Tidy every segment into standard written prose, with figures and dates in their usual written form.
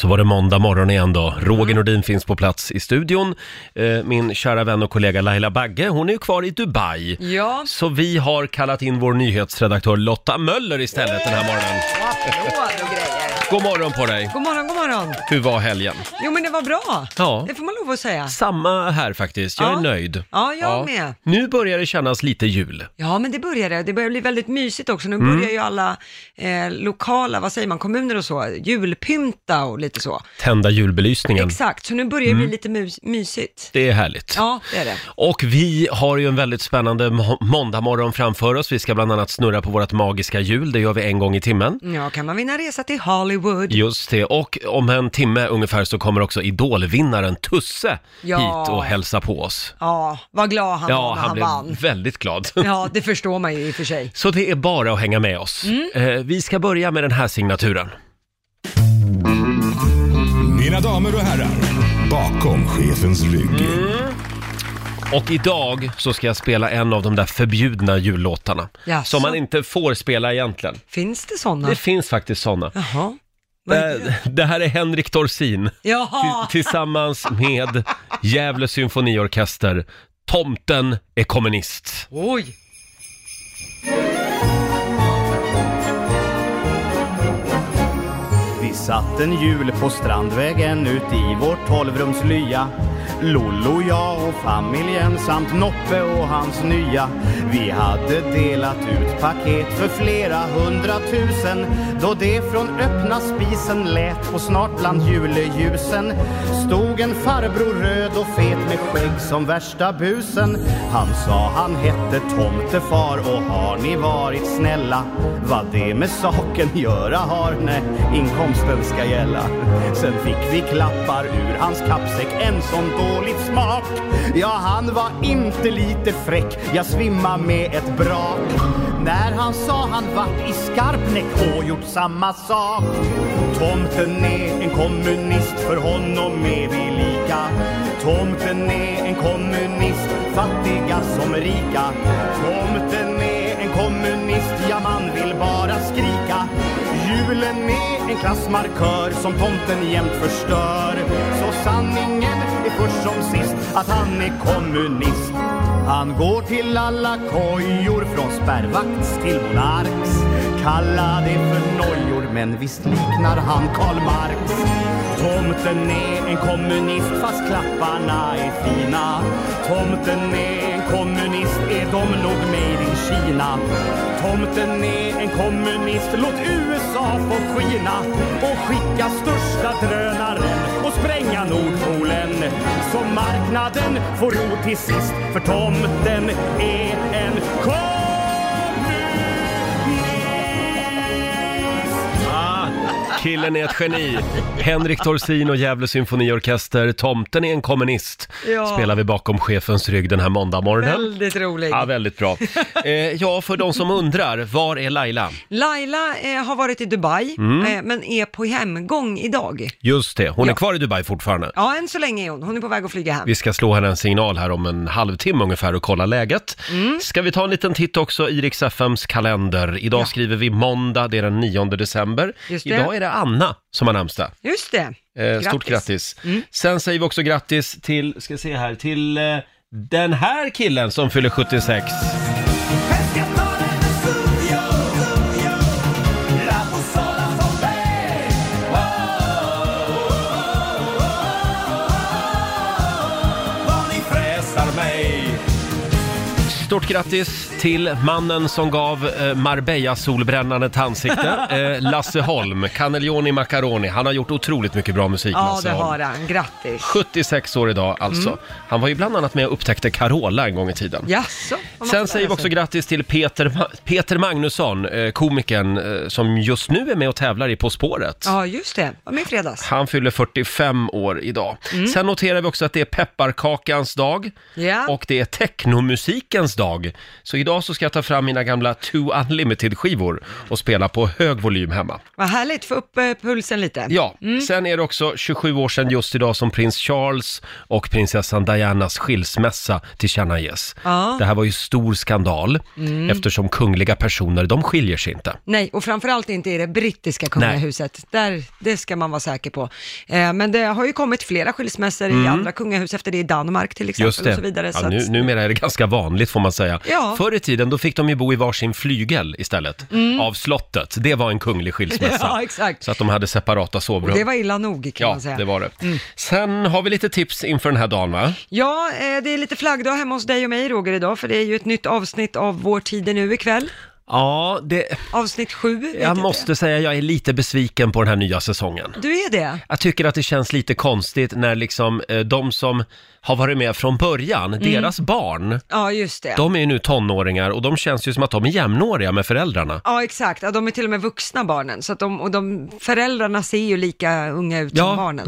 Så var det måndag morgon igen då. Roger Nordin finns på plats i studion. Min kära vän och kollega Laila Bagge, hon är ju kvar i Dubai. Ja. Så vi har kallat in vår nyhetsredaktör Lotta Möller istället den här morgonen. Applåd och grejer. God morgon på dig. God morgon, god morgon. Hur var helgen? Jo, men det var bra. Ja. Det får man lov att säga. Samma här faktiskt. Jag är Ja. nöjd. Ja, jag med. Nu börjar det kännas lite jul. Ja, men det börjar det. Det börjar bli väldigt mysigt också. Nu börjar ju alla lokala, vad säger man, kommuner och så, julpynta och lite så. Tända julbelysningen. Exakt, så nu börjar det bli lite mysigt. Det är härligt. Ja, det är det. Och vi har ju en väldigt spännande måndagmorgon framför oss. Vi ska bland annat snurra på vårt magiska hjul. Det gör vi en gång i timmen. Ja, kan man vinna resa till Hollywood? Just det. Och om en timme ungefär så kommer också idolvinnaren Tusse hit och hälsa på oss. Ja, vad glad han var när han vann. blev väldigt glad. Ja, det förstår man ju i och för sig. Så det är bara att hänga med oss. Vi ska börja med den här signaturen. Mina damer och herrar, bakom chefens rygg. Och idag så ska jag spela en av de där förbjudna jullåtarna. Jaså? Som man inte får spela egentligen. Finns det sådana? Det finns faktiskt sådana. Jaha. Det här är Henrik Dorsin Jaha. tillsammans med Gävle symfoniorkester. Tomten är kommunist. Oj. Vi satt en jul på Strandvägen ut i vårt 12-rumslya. Lollo, jag och familjen samt Noppe och hans nya. Vi hade delat ut paket för flera 100 000 då det från öppna spisen lät och snart bland juleljusen stod en farbror röd och fet med skägg som värsta busen. Han sa han hette Tomtefar och har ni varit snälla? Vad det med saken göra har, nej, inkomsten ska gälla. Sen fick vi klappar ur hans kappsäck, en sån dåligt smak. Ja, han var inte lite fräck, jag svimma med ett brak. När han sa han vart i Skarpnäck och gjort samma sak. Tomten är en kommunist, för honom är vi lika. Tomten är en kommunist, fattiga som rika. Tomten är en kommunist, ja man vill bara skrika. Julen är en klassmarkör som tomten jämt förstör. Så sanningen är först som sist att han är kommunist. Han går till alla kojor från spärrvakts till monarks. Kalla det för nojor, men visst liknar han Karl Marx. Tomten är en kommunist fast klapparna är fina. Tomten är en kommunist, är de nog made in Kina. Tomten är en kommunist, låt USA få skina och skicka största drönaren och spränga Nordpolen. Så marknaden får ro till sist, för tomten är en kommunist. Killen är ett geni. Henrik Dorsin och Gävle symfoniorkester. Tomten är en kommunist. Ja. Spelar vi bakom chefens rygg den här måndagmorgonen. Väldigt rolig. Ja, väldigt bra. Ja, för de som undrar, var är Laila? Laila har varit i Dubai, men är på hemgång idag. Just det, hon är kvar i Dubai fortfarande. Ja, än så länge är hon. Hon är på väg att flyga hem. Vi ska slå henne en signal här om en halvtimme ungefär och kolla läget. Ska vi ta en liten titt också i Rix FMs kalender. Idag skriver vi måndag, det är den 9 december. Just det. Idag är det Anna som har namnsdag. Just det. Stort grattis. Sen säger vi också grattis till, ska se här, till den här killen som fyller 76. Stort grattis till mannen som gav Marbella-solbrännande ansikte, Lasse Holm, Cannelloni Macaroni. Han har gjort otroligt mycket bra musik, Ja, Lasse det Holm. har han. Grattis. 76 år idag alltså. Han var ju bland annat med och upptäckte Carola en gång i tiden. Jaså? Sen säger vi också grattis till Peter Magnusson, komikern som just nu är med och tävlar i På spåret. Ja, just det. Var med i fredags. Han fyller 45 år idag. Sen noterar vi också att det är pepparkakans dag Ja. och det är technomusikens dag idag. Så idag så ska jag ta fram mina gamla Two Unlimited-skivor och spela på hög volym hemma. Vad härligt, få upp pulsen lite. Ja, sen är det också 27 år sedan just idag som prins Charles och prinsessan Dianas skilsmässa tillkännages. Ja. Det här var ju stor skandal eftersom kungliga personer, de skiljer sig inte. Nej, och framförallt inte i det brittiska kungahuset. Det ska man vara säker på. Men det har ju kommit flera skilsmässor i andra kungahus efter det, i Danmark till exempel. Just det. Och så vidare. Ja, Så numera är det ganska vanligt får man säga. Ja. Förr i tiden då fick de ju bo i varsin flygel istället av slottet. Det var en kunglig skilsmässa. Ja, exakt. Så att de hade separata sovrum. Och det var illa nog kan man säga. Ja, det var det. Sen har vi lite tips inför den här dagen, va? Ja, det är lite flaggdag hemma hos dig och mig, Roger, idag, för det är ju ett nytt avsnitt av Vår tid är nu ikväll. Ja, Avsnitt 7. jag måste säga jag är lite besviken på den här nya säsongen. Du är det? Jag tycker att det känns lite konstigt när liksom de som har varit med från början, deras barn, Ja, just det. de är ju nu tonåringar och de känns ju som att de är jämnåriga med föräldrarna. Ja, exakt. Ja, de är till och med vuxna barnen. Så att föräldrarna ser ju lika unga ut som barnen.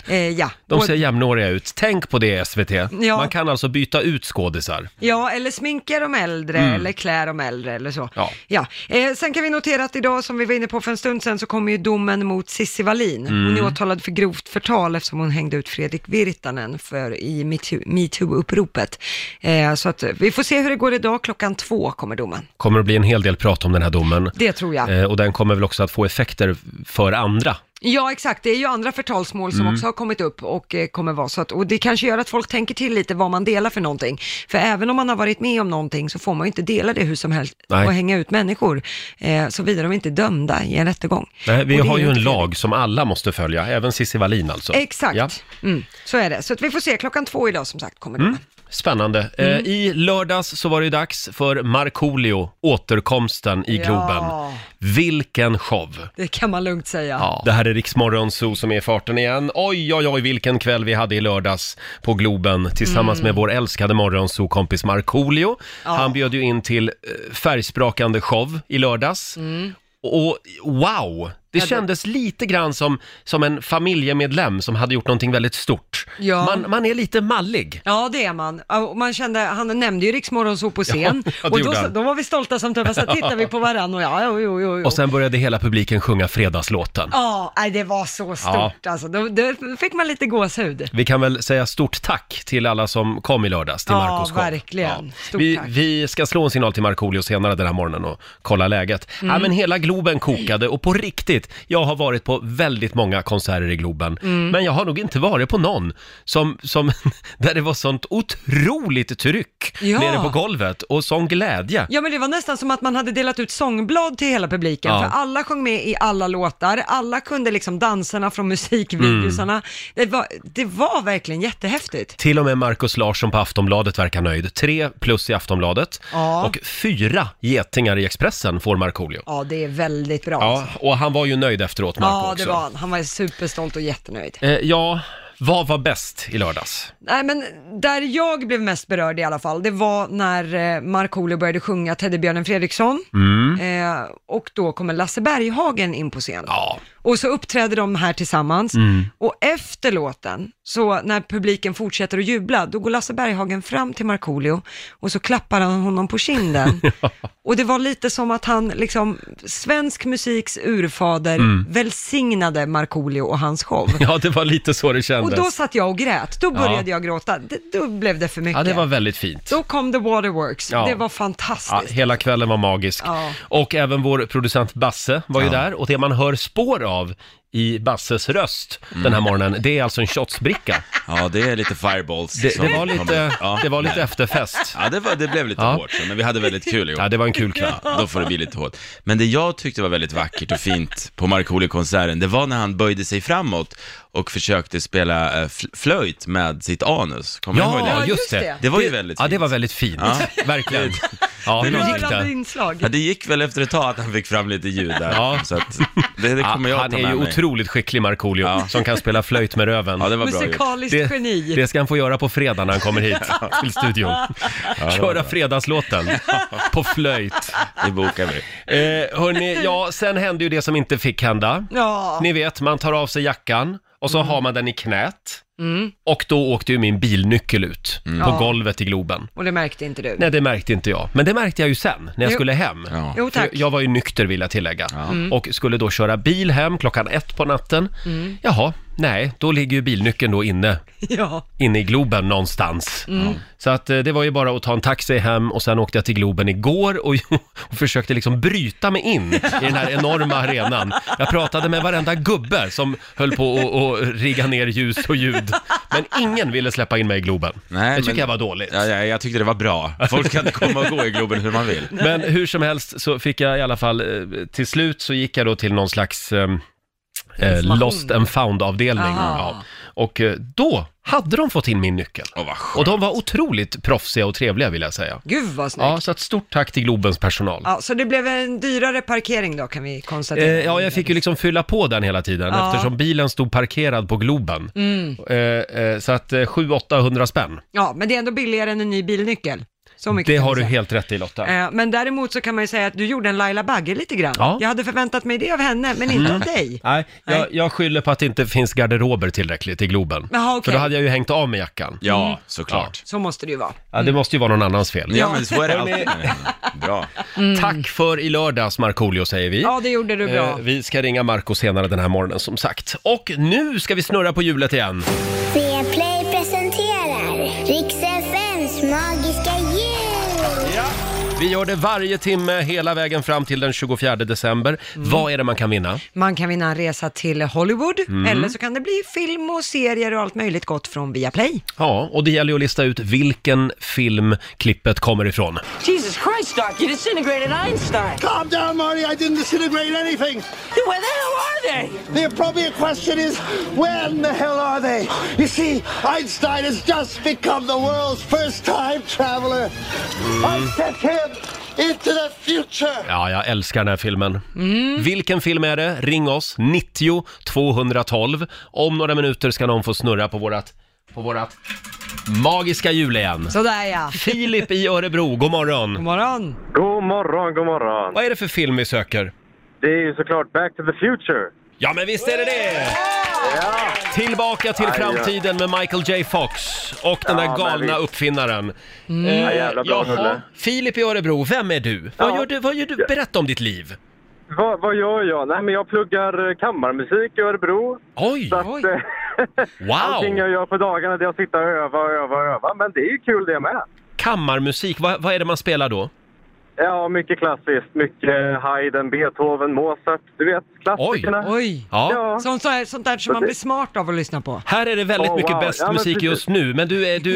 De ser jämnåriga ut. Tänk på det, SVT. Ja. Man kan alltså byta ut skådisar. Ja, eller sminka de äldre, eller klä de äldre, eller så. Ja. Sen kan vi notera att idag, som vi var inne på för en stund sedan, så kommer ju domen mot Cissi Wallin. Hon är åtalad för grovt förtal eftersom hon hängde ut Fredrik Virtanen i MeToo-uppropet. Så att vi får se hur det går idag. 2:00 kommer domen. Kommer att bli en hel del prat om den här domen. Det tror jag. Och den kommer väl också att få effekter för andra. Ja, exakt. Det är ju andra förtalsmål som också har kommit upp och kommer vara så att, och det kanske gör att folk tänker till lite vad man delar för någonting. För även om man har varit med om någonting så får man ju inte dela det hur som helst. Nej. Och hänga ut människor såvida de inte är dömda i en rättegång. Nej, vi Och det har är ju en inte lag som alla måste följa, även Cissi Wallin alltså. Exakt. Ja. Så är det. Så att vi får se, 2:00 idag som sagt kommer domen. Spännande. I lördags så var det dags för Markoolio, återkomsten i Globen. Vilken show! Det kan man lugnt säga. Ja. Det här är Rix Morgon Zoo som är i farten igen. Oj, vilken kväll vi hade i lördags på Globen tillsammans med vår älskade Morgonzoo-kompis Markoolio. Han bjöd ju in till färgsprakande show i lördags. Och wow! Det kändes lite grann som en familjemedlem som hade gjort någonting väldigt stort. Ja. Man är lite mallig. Ja, det är man. Och man kände, han nämnde ju Rix Morgon Zoo på scen. Ja, det och gjorde han. då var vi stolta som tuffar, så tittar vi på varann och jo. Och sen började hela publiken sjunga fredagslåten. Ja, det var så stort alltså. Då fick man lite gåshud. Vi kan väl säga stort tack till alla som kom i lördags till Marcos show. Verkligen. Stort tack. Vi ska slå en signal till Markoolio senare den här morgonen och kolla läget. Ja, men hela Globen kokade och på riktigt, jag har varit på väldigt många konserter i Globen, men jag har nog inte varit på någon som där det var sånt otroligt tryck nere på golvet och sån glädje. Ja, men det var nästan som att man hade delat ut sångblad till hela publiken, för alla sjöng med i alla låtar, alla kunde liksom danserna från musikvideosarna. Det var verkligen jättehäftigt. Till och med Marcus Larsson på Aftonbladet verkar nöjd. 3+ i Aftonbladet och 4 getingar i Expressen får Markoolio. Ja, det är väldigt bra. Ja, och han var ju nöjd efteråt, Marco också. Ja, det var han. Han var superstolt och jättenöjd. Vad var bäst i lördags? Nej, men där jag blev mest berörd i alla fall, det var när Markoolio började sjunga Teddybjörnen Fredriksson. Och då kommer Lasse Berghagen in på scen. Ja. Och så uppträder de här tillsammans. Och efter låten, så när publiken fortsätter att jubla, då går Lasse Berghagen fram till Markoolio och så klappar han honom på kinden. Och det var lite som att han, liksom, svensk musiks urfader välsignade Markoolio och hans show. Ja, det var lite så det kändes. Och då satt jag och grät. Då började jag gråta. Då blev det för mycket. Ja, det var väldigt fint. Då kom The Waterworks. Ja. Det var fantastiskt. Ja, hela kvällen var magisk. Ja. Och även vår producent Basse var ju där. Och det man hör spår av i Basses röst den här morgonen, det är alltså en shotsbricka. Ja, det är lite fireballs. Det var lite efterfest. Ja, det blev lite hårt, men vi hade väldigt kul ihop. Ja, det var en kul kväll. Då får det bli lite hårt. Men det jag tyckte var väldigt vackert och fint på Markoolio-konserten, det var när han böjde sig framåt och försökte spela flöjt med sitt anus. Kommer du ihåg det? Ja, just det. Det var ju väldigt fint. Ja, det var väldigt fint. Ja. Verkligen. Ja, hur gick det? Inslag. Ja, det gick väl efter ett tag att han fick fram lite ljud där. Ja. Så att det kommer jag han ta är med ju mig. otroligt skicklig, Markoolio, som kan spela flöjt med röven. Ja, det var bra gjort. Musikaliskt geni. Det ska han få göra på fredag när han kommer hit till studion. Köra fredagslåten på flöjt. Det bokar vi. Hörrni, sen hände ju det som inte fick hända. Ja. Ni vet, man tar av sig jackan och så har man den i knät. Och då åkte ju min bilnyckel ut på golvet i Globen. Och det märkte inte du? Nej, det märkte inte jag. Men det märkte jag ju sen, när jag skulle hem. Ja. Jo, tack. Jag var ju nykter, vill jag tillägga. Och skulle då köra bil hem 1:00 på natten. Jaha, nej, då ligger ju bilnyckeln då inne i Globen någonstans. Så att det var ju bara att ta en taxi hem och sen åkte jag till Globen igår och försökte liksom bryta mig in i den här enorma arenan. Jag pratade med varenda gubbe som höll på att rigga ner ljus och ljud. Men ingen ville släppa in mig i Globen. Nej, det tycker jag var dåligt. Ja, jag tyckte det var bra. Folk kan komma och gå i Globen hur man vill. Men hur som helst så fick jag i alla fall, till slut så gick jag då till någon slags Lost and Found-avdelning. Ja. Och då hade de fått in min nyckel. Vad skönt. Och de var otroligt proffsiga och trevliga, vill jag säga. Gud vad snyggt. Ja, så ett stort tack till Globens personal. Ja, så det blev en dyrare parkering då, kan vi konstatera. Ja, jag fick ju liksom fylla på den hela tiden eftersom bilen stod parkerad på Globen. Så att 700-800 spänn. Ja, men det är ändå billigare än en ny bilnyckel. Så mycket Det kan har man du säga. helt rätt i, Lotta. Men däremot så kan man ju säga att du gjorde en Laila Bagge lite grann. Ja. Jag hade förväntat mig det av henne, men inte av dig. Nej, jag skyller på att det inte finns garderober tillräckligt i Globen. Jaha, okej. För då hade jag ju hängt av med jackan. Ja, såklart. Så måste det ju vara. Ja, det måste ju vara någon annans fel. Ja, men så är det alltid. Bra. Tack för i lördags, Markoolio, säger vi. Ja, det gjorde du bra. Vi ska ringa Marco senare den här morgonen, som sagt. Och nu ska vi snurra på hjulet igen. Viaplay presenterar Rix FMs magiska jul. Vi gör det varje timme hela vägen fram till den 24 december. Vad är det man kan vinna? Man kan vinna en resa till Hollywood, eller så kan det bli film och serier och allt möjligt gott från Viaplay. Ja, och det gäller ju att lista ut vilken film klippet kommer ifrån. Jesus Christ, Doc, you disintegrated Einstein. Calm down, Marty. I didn't disintegrate anything. Where the hell are they? The appropriate question is, when the hell are they? You see, Einstein has just become the world's first time traveler. I sent him into the future. Ja, jag älskar den här filmen. Vilken film är det? Ring oss, 90 212. Om några minuter ska någon få snurra på vårat magiska hjul igen. Sådär ja. Filip i Örebro, god morgon. God morgon. God morgon, god morgon. Vad är det för film vi söker? Det är ju såklart Back to the Future. Ja, men visst är det det! Ja. Tillbaka till framtiden med Michael J. Fox och den där galna uppfinnaren. Ja, jävla bra, Hulle. Filip i Örebro, vem är du? Vad gör du? Berätta om ditt liv. Vad gör jag? Nej, men jag pluggar kammarmusik i Örebro. Oj! Så att, Wow! allting jag gör på dagarna det är att sitta och öva. Men det är ju kul det med. Kammarmusik, vad är det man spelar då? Ja, mycket klassiskt. Mycket Haydn, Beethoven, Mozart. Du vet, klassikerna. Oj. Ja. Sånt där som man blir smart av att lyssna på. Här är det väldigt mycket wow. bäst Ja, men musik precis. just nu, men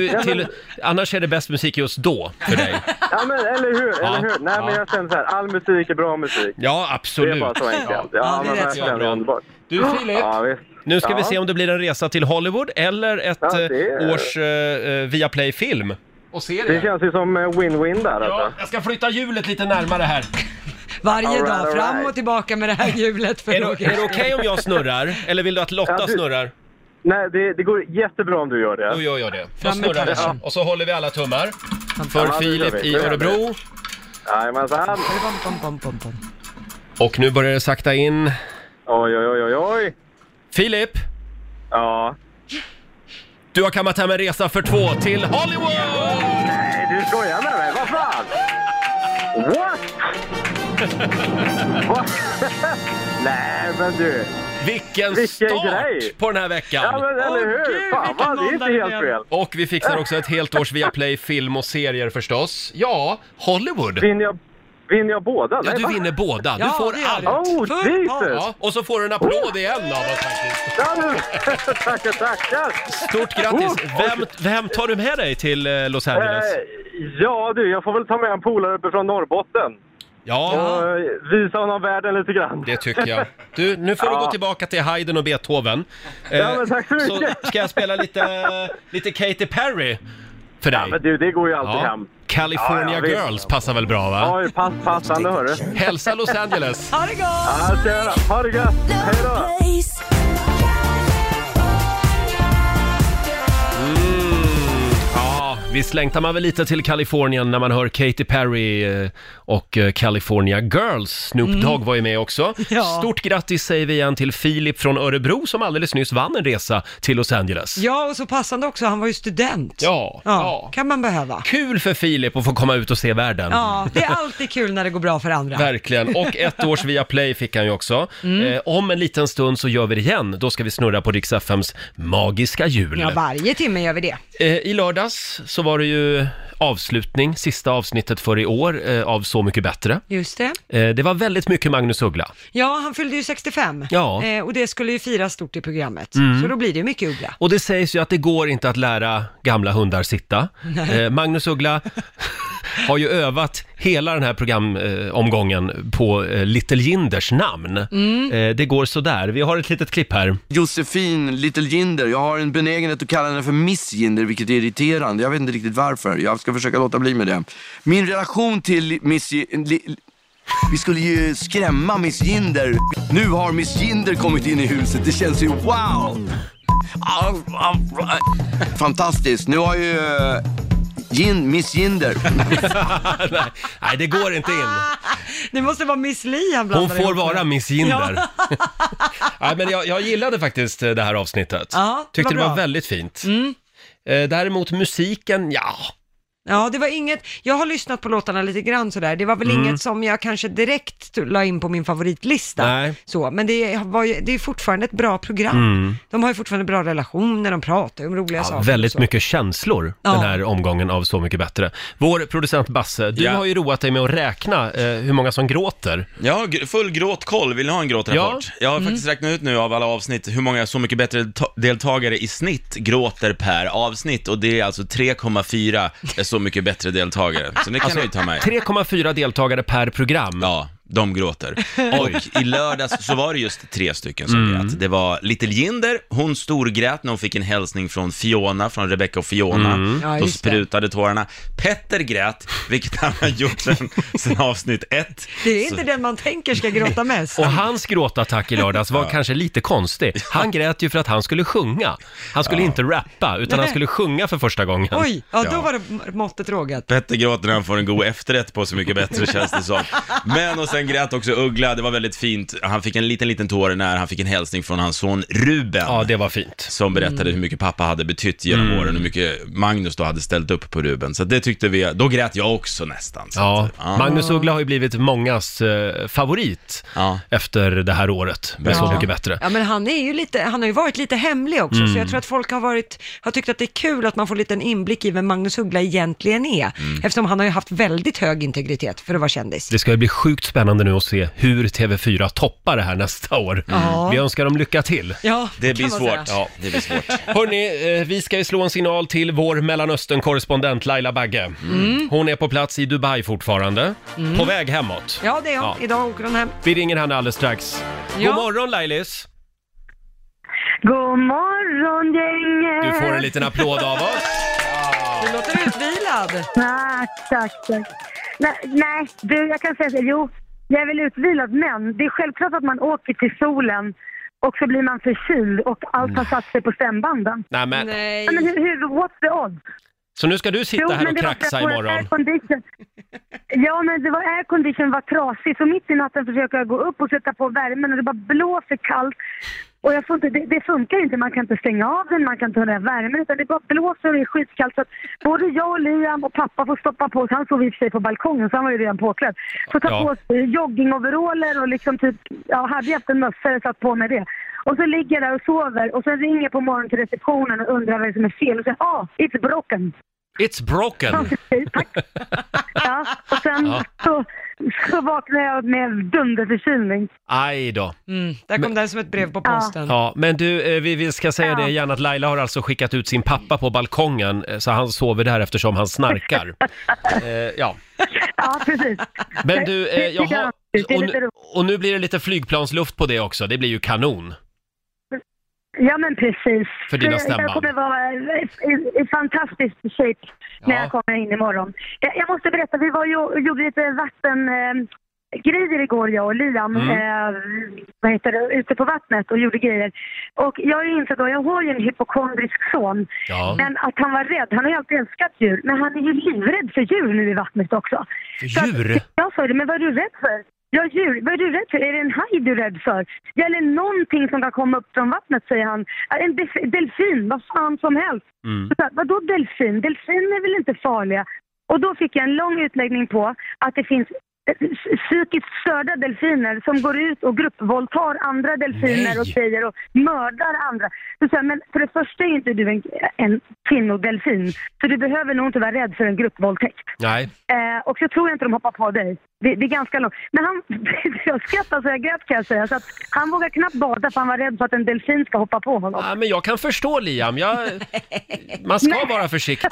annars är det bäst musik just då för dig. Ja, men eller hur? Nej, men jag känner så här, all musik är bra musik. Ja, Det absolut. är bara så enkelt. Ja, det är men rätt verkligen, så det är bra. underbart. Du Filip, Ja, visst. nu ska vi Ja. se om det blir en resa till Hollywood eller ett Ja, det års Viaplay-film. Och Det serie. känns ju som win-win där Ja, alltså. jag ska flytta hjulet lite närmare här. Varje All right, dag, all fram right. och tillbaka med det här hjulet. För Är det okej om jag snurrar? Eller vill du att Lotta Ja, snurrar? Nej, det går jättebra om du gör det. Då gör jag det. Då Fram med snurrar vi. cashen. Och så håller vi alla tummar. För Ja, det gör Filip vi. i Det gör vi. Örebro. Jajamensan. Pom. Och nu börjar det sakta in. Oj. Filip, Ja. du har kammat hem en resa för 2 till Hollywood! Nej, du skojar med mig. Vad fan? What? What? Nej, men du. Vilken Vilken start grej! på den här veckan! Ja, men eller hur? Gud, Fan, vilken vad, det är inte måndag helt igen. fel. Och vi fixar också ett helt års Viaplay film och serier förstås. Ja, Hollywood. Vinner jag båda? Ja, Nej, du va? vinner båda. Du Ja, får det gör allt. du. Oh, Full Jesus! Ja, och så får du en applåd igen av oss faktiskt. Ja, nu. Tackar. Stort grattis. Vem tar du med dig till Los Angeles? Ja du, jag får väl ta med en polare uppe från Norrbotten. Ja, Och visa honom världen lite grann. det tycker jag. Du, nu får du gå tillbaka till Haydn och Beethoven. Ja, men tack så Så mycket. ska jag spela lite Katy Perry för dig. Ja, men du, det går ju alltid hem. California Ja, visst. Girls passar väl bra, va? Ja, passande hörru. Hälsa Los Angeles. Ha det gott! Ja, tjena. Ha det gött. Hej då. Ja, Visst längtar man väl lite till Kalifornien när man hör Katy Perry och California Girls. Snoop Dogg var ju med också. Ja. Stort grattis säger vi igen till Filip från Örebro som alldeles nyss vann en resa till Los Angeles. Ja, och så passande också, han var ju student. Ja. Kan man behöva. Kul för Filip att få komma ut och se världen. Ja, det är alltid kul när det går bra för andra. Verkligen, och 1 års Viaplay fick han ju också. Om en liten stund så gör vi det igen. Då ska vi snurra på Rix FMs magiska hjul. Ja, varje timme gör vi det. I lördags så var det ju avslutning, sista avsnittet för i år av Så mycket bättre. Just det. Det var väldigt mycket Magnus Uggla. Ja, han fyllde ju 65. Ja. Och det skulle ju firas stort i programmet. Så då blir det mycket Uggla. Och det sägs ju att det går inte att lära gamla hundar sitta. Magnus Uggla har ju övat hela den här programomgången på Little Jinders namn. Det går så där. Vi har ett litet klipp här. Josefin Little Jinder, jag har en benägenhet att kalla henne för Miss Jinder, vilket är irriterande. Jag vet inte riktigt varför. Jag ska försöka låta bli med det. Min relation till Miss vi skulle ju skrämma Miss Jinder. Nu har Miss Jinder kommit in i huset. Det känns ju wow! Fantastiskt. Nu har ju Miss Jinder. Nej, det går inte in. Det måste vara Miss Li han blandar. Hon får vara Miss Jinder. Nej, men jag gillade faktiskt det här avsnittet. Ja, Tyckte det var bra. väldigt fint. Däremot musiken, Ja, det var inget, jag har lyssnat på låtarna lite grann sådär, det var väl inget som jag kanske direkt la in på min favoritlista. Nej. Så, men det är fortfarande ett bra program. De har ju fortfarande bra relationer, de pratar ju om roliga saker. Väldigt mycket känslor den här omgången av Så mycket bättre. Vår producent Basse, du har ju roat dig med att räkna hur många som gråter. Ja, full gråtkoll. Vill ni ha en gråtrapport? Jag har faktiskt räknat ut nu av alla avsnitt hur många Så mycket bättre deltagare i snitt gråter per avsnitt, och det är alltså 3,4 Så mycket bättre deltagare. Så det kan ni ta med. 3,4 deltagare per program. Ja, de gråter. Och i lördags så var det just 3 stycken som grät. Det var Little Jinder, hon storgrät när hon fick en hälsning från Fiona, från Rebecca och Fiona. Ja, Då sprutade tårarna. Petter grät, vilket han har gjort sen avsnitt 1. Det är inte den man tänker ska gråta mest. Och hans gråtattack i lördags var kanske lite konstig. Han grät ju för att han skulle sjunga. Han skulle inte rappa, utan han skulle sjunga för första gången. Oj, då var det måttet rågat. Petter gråter när han får en god efterrätt på Så mycket bättre, känns det som. Men och sen grät också Uggla, det var väldigt fint. Han fick en liten tår när han fick en hälsning från hans son Ruben. Ja, det var fint. Som berättade hur mycket pappa hade betytt genom åren, hur mycket Magnus då hade ställt upp på Ruben. Så det tyckte vi, då grät jag också nästan. Så Magnus Uggla har ju blivit mångas favorit efter det här året med Så mycket bättre. Ja, men han har ju varit lite hemlig också, så jag tror att folk har tyckt att det är kul att man får lite en inblick i vem Magnus Uggla egentligen är, eftersom han har ju haft väldigt hög integritet för att vara kändis. Det ska ju bli sjukt spännande nu att se hur TV4 toppar det här nästa år. Vi önskar dem lycka till. Ja, det blir svårt. Ja, det blir svårt. Hörrni, vi ska ju slå en signal till vår Mellanöstern-korrespondent Laila Bagge. Hon är på plats i Dubai fortfarande, på väg hemåt. Ja, det är hon. Idag åker hon hem. Vi ringer henne alldeles strax. God morgon, Lailis! God morgon, gänget! Du får en liten applåd av oss. Du låter utvilad. Tack. Nej, jag kan säga så. Jag är väl utvilad, men det är självklart att man åker till solen och så blir man förkyld och allt har satt sig på stämbanden. Nej. Men what's the odds? Så nu ska du sitta här och kraxa imorgon? Ja, men det var aircondition var trasig, så mitt i natten försöker jag gå upp och sätta på värmen och det bara blåser kallt. Och jag får inte, det funkar inte, man kan inte stänga av den, man kan inte hålla värmen, utan det bara blåser och det är skitkallt. Så att både jag och Liam och pappa får stoppa på, han sov i och för sig på balkongen så han var ju redan påklädd. Så ta på sig joggingoveraller och liksom typ, hade jag haft en mössa och satt på med det. Och så ligger jag där och sover och sen ringer jag på morgonen till receptionen och undrar vad som är fel och säger, it's broken. It's broken. Tack. Ja, och sen så vaknar jag med dunderförkylning. Aj då. Där kom den som ett brev på posten. Ja, men du, vi ska säga det igen att Laila har alltså skickat ut sin pappa på balkongen så han sover där eftersom han snarkar. Ja, precis. Men du, och nu blir det lite flygplansluft på det också. Det blir ju kanon. Ja, men precis. För dina stämband. Jag kommer vara i fantastisk shape när jag kommer in imorgon. Jag måste berätta, vi var ju och gjorde lite grejer igår, jag och Liam, ute på vattnet och gjorde grejer. Och jag har insett att jag har ju en hypokondrisk son. Ja. Men att han var rädd, han har ju alltid älskat djur, men han är ju livrädd för djur nu i vattnet också. För djur? Jag sa det, men vad är du rädd för? Ja, djur. Vad är du rädd för? Är det en haj du är rädd för? Eller någonting som kan komma upp från vattnet, säger han. En delfin, vad fan som helst. Så, vadå delfin? Delfin är väl inte farliga? Och då fick jag en lång utläggning på att det finns psykiskt störda delfiner som går ut och gruppvåldtar andra delfiner och säger och mördar andra. Så, men för det första är inte du en kvinnodelfin, så du behöver nog inte vara rädd för en gruppvåldtäkt. Nej. Och så tror jag inte de hoppar på dig. Det är ganska långt. Men jag skrattar så jag grät, kan jag säga. Så att han vågar knappt bada för han var rädd för att en delfin ska hoppa på honom. Ja, men jag kan förstå, Liam. Man ska vara försiktig.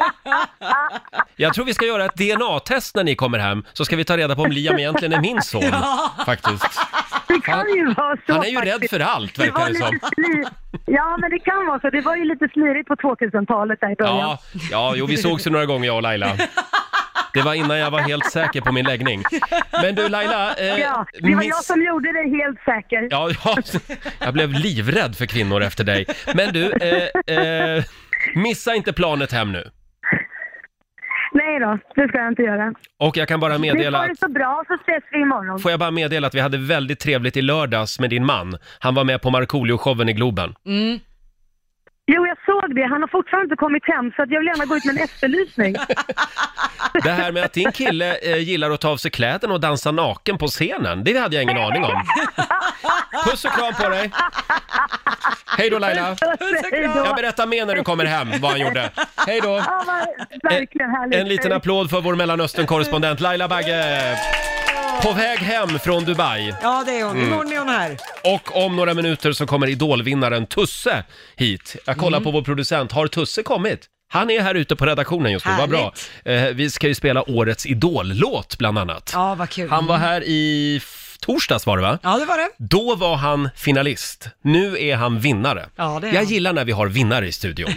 Jag tror vi ska göra ett DNA-test när ni kommer hem. Så ska vi ta reda på om Liam egentligen är min son. Faktiskt. Det kan ju vara så. Han är ju rädd för allt, verkar det som. Ja, men det kan vara så. Det var ju lite slirigt på 2000-talet där i början. Ja, vi sågs ju några gånger, jag och Laila. Det var innan jag var helt säker på min läggning. Men du, Laila... det var jag som gjorde det helt säker. Ja, jag blev livrädd för kvinnor efter dig. Men du, missa inte planet hem nu. Nej då, det ska jag inte göra. Och jag kan bara meddela att... Det så bra, så ses vi imorgon. Får jag bara meddela att vi hade väldigt trevligt i lördags med din man. Han var med på Markoolio-showen i Globen. Jo, jag såg det. Han har fortfarande inte kommit hem, så att jag vill gärna gå ut med en efterlysning. Det här med att din kille gillar att ta av sig kläderna och dansa naken på scenen, det hade jag ingen aning om. Puss och kram på dig. Hej då, Laila. Jag berättar mer när du kommer hem vad han gjorde. Hej då. En liten applåd för vår Mellanöstern-korrespondent Laila Bagge. På väg hem från Dubai. Ja, det är hon. Imorgon är hon här. Och om några minuter så kommer idolvinnaren Tusse hit. Jag kollar på vår producent. Har Tusse kommit? Han är här ute på redaktionen just nu, vad bra. Vi ska ju spela årets idollåt bland annat. Ja, vad kul. Han var här i torsdags, var det va? Ja, det var det. Då var han finalist. Nu är han vinnare. Ja, det är Jag han. gillar när vi har vinnare i studion.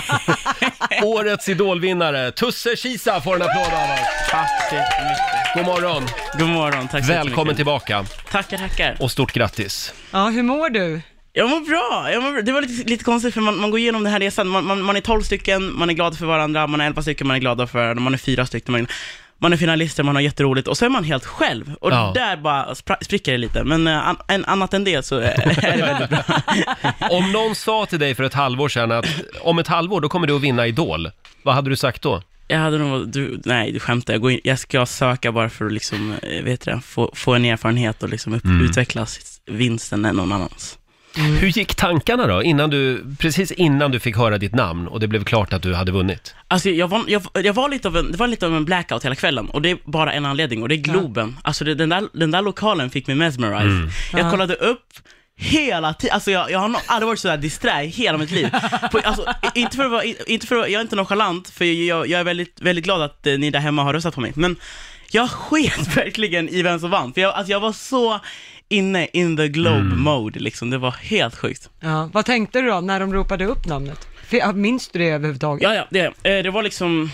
Årets idolvinnare Tusse Kisa får en applåd av oss. Tack så mycket. God morgon. God morgon, tack så mycket. Välkommen tillbaka. Tackar. Och stort grattis. Ja, hur mår du? Jag mår bra. Det var lite konstigt för man går igenom det här resan. Man är 12 stycken, man är glad för varandra. Man är 11 stycken, man är glada för varandra. Man är 4 stycken, man är finalister, man har jätteroligt. Och så är man helt själv. Och där bara spricker det lite. Men annat än det så är det väldigt bra. Om någon sa till dig för ett halvår sedan att om ett halvår då kommer du att vinna Idol, vad hade du sagt då? Jag hade nog, du skämtar. Jag ska söka bara för att liksom, få en erfarenhet och liksom utvecklas vinsten än någon annans. Hur gick tankarna då, precis innan du fick höra ditt namn och det blev klart att du hade vunnit? Alltså jag var lite av en blackout hela kvällen, och det är bara en anledning, och det är Globen. Alltså den där lokalen fick mig mesmerized. Jag kollade upp hela tiden, alltså jag har nog aldrig varit så där disträ i hela mitt liv. Inte för att jag är inte nonchalant, för jag är väldigt, väldigt glad att ni där hemma har röstat på mig. Men jag sket verkligen i vem som vann, för jag var så inne in the globe mode liksom. Det var helt sjukt. Ja, vad tänkte du då när de ropade upp namnet? Minns du det överhuvudtaget? Ja, det var liksom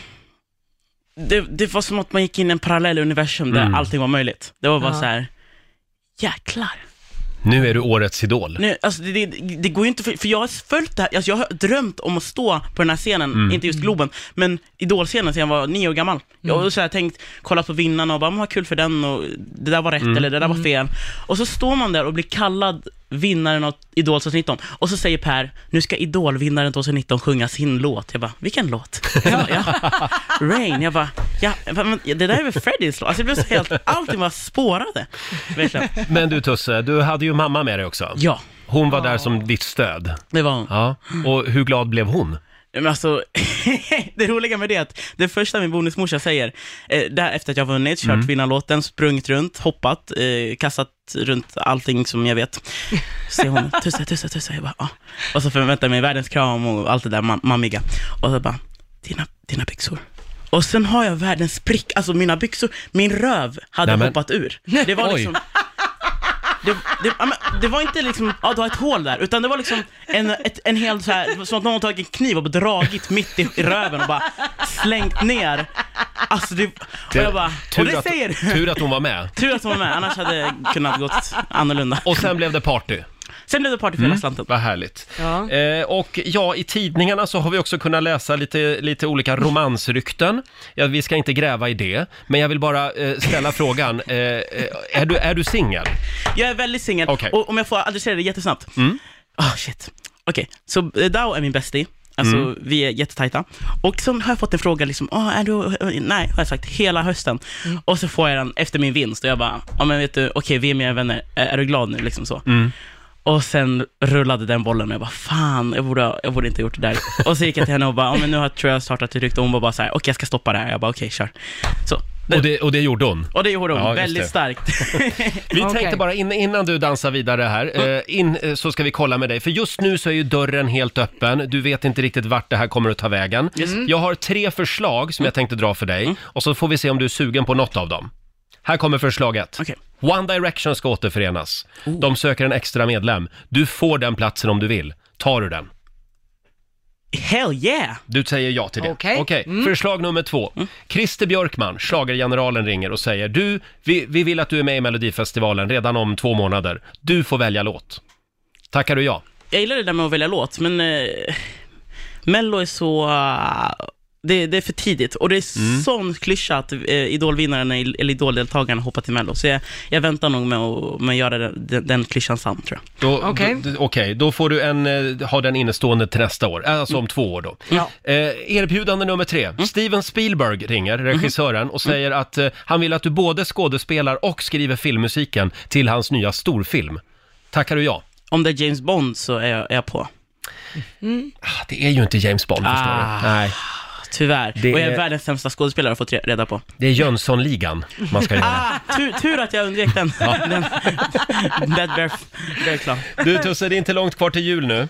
det var som att man gick in i en parallell universum där allting var möjligt. Det var bara så här, jäklar. Nu är du årets idol. Nu, alltså det går ju inte, för jag har följt det här, alltså jag har drömt om att stå på den här scenen, inte just Globen, men idolscenen sedan jag var 9 år gammal. Jag har så här tänkt, kolla på vinnarna och bara, vad kul för den, och det där var rätt eller det där var fel. Och så står man där och blir kallad vinnaren av Idol 2019, och så säger Per, nu ska idolvinnaren 2019 sjunga sin låt. Jag bara, vilken låt? Rain. Jag bara, det där är väl Freddys låt. Alltså det blev så helt, allting var spårade. Men du Tusse, du hade ju mamma med dig också. Ja. Hon var där som ditt stöd. Det var hon. Ja. Och hur glad blev hon? Men alltså, det roliga med det är att det första min bonusmorsa säger, där efter att jag vunnit, kört vinnarlåten, sprungit runt, hoppat, kastat runt allting som jag vet. Så hon, tussa, jag bara, ah. Och så förväntar jag mig världens kram och allt det där mammiga. Och så bara, dina byxor. Och sen har jag världens sprick, alltså mina byxor, min röv hade hoppat ur. Det var liksom... Det var inte liksom, du har ett hål där, utan det var liksom en hel så här, som att någon har tagit en kniv och dragit mitt i röven och bara slängt ner Alltså och jag bara, tur att hon var med. Tur att hon var med, annars hade det kunnat gått annorlunda. Och sen blev det party. Sen blev det party för hela slanten. Vad härligt. Ja. Och i tidningarna så har vi också kunnat läsa lite olika romansrykten. Ja, vi ska inte gräva i det, men jag vill bara ställa frågan. Är du singel? Jag är väldigt singel. Okay. Och om jag får adressera det jättesnabbt. Shit. Okej, så Dao är min bestie. Alltså vi är jättetajta. Och så har jag fått en fråga liksom, är du... Nej, har jag sagt, hela hösten. Och så får jag den efter min vinst. Och jag bara, men vet du, okej, vi är mina vänner. Är du glad nu liksom så? Och sen rullade den bollen och jag bara, fan, jag borde inte gjort det där. Och så gick jag till henne och bara, men nu tror jag startat ett rykte. Och hon bara så här, okej, jag ska stoppa det här. Jag bara, okej, kör. Så. Och det gjorde hon? Och det gjorde hon, väldigt starkt. Vi tänkte bara, innan du dansar vidare här, så ska vi kolla med dig. För just nu så är ju dörren helt öppen. Du vet inte riktigt vart det här kommer att ta vägen. Jag har 3 förslag som jag tänkte dra för dig. Och så får vi se om du är sugen på något av dem. Här kommer förslaget. One Direction ska återförenas. De söker en extra medlem. Du får den platsen om du vill. Tar du den? Hell yeah! Du säger ja till det. Okej. Förslag nummer 2. Christer Björkman, schlagergeneralen, ringer och säger, vi vill att du är med i Melodifestivalen redan om 2 månader. Du får välja låt. Tackar du ja? Jag gillar det där med att välja låt, men Mello är så... Det är för tidigt. Och det är sån klyscha att idolvinnaren eller idoldeltagaren hoppar till Mello. Så jag väntar nog med att göra den klyschan sann, tror jag. Okej, då får du ha den innestående till nästa år. Alltså om 2 år då. Ja. Erbjudande nummer 3. Steven Spielberg ringer, regissören, och säger att han vill att du både skådespelar och skriver filmmusiken till hans nya storfilm. Tackar du ja? Om det är James Bond så är jag på. Det är ju inte James Bond, förstår du. Nej. Tyvärr. Och jag är världens sämsta skådespelare att få reda på. Det är Jönssonligan man ska göra. Tur att jag undvek den. Very klar. Du Tusse, det är inte långt kvar till jul nu.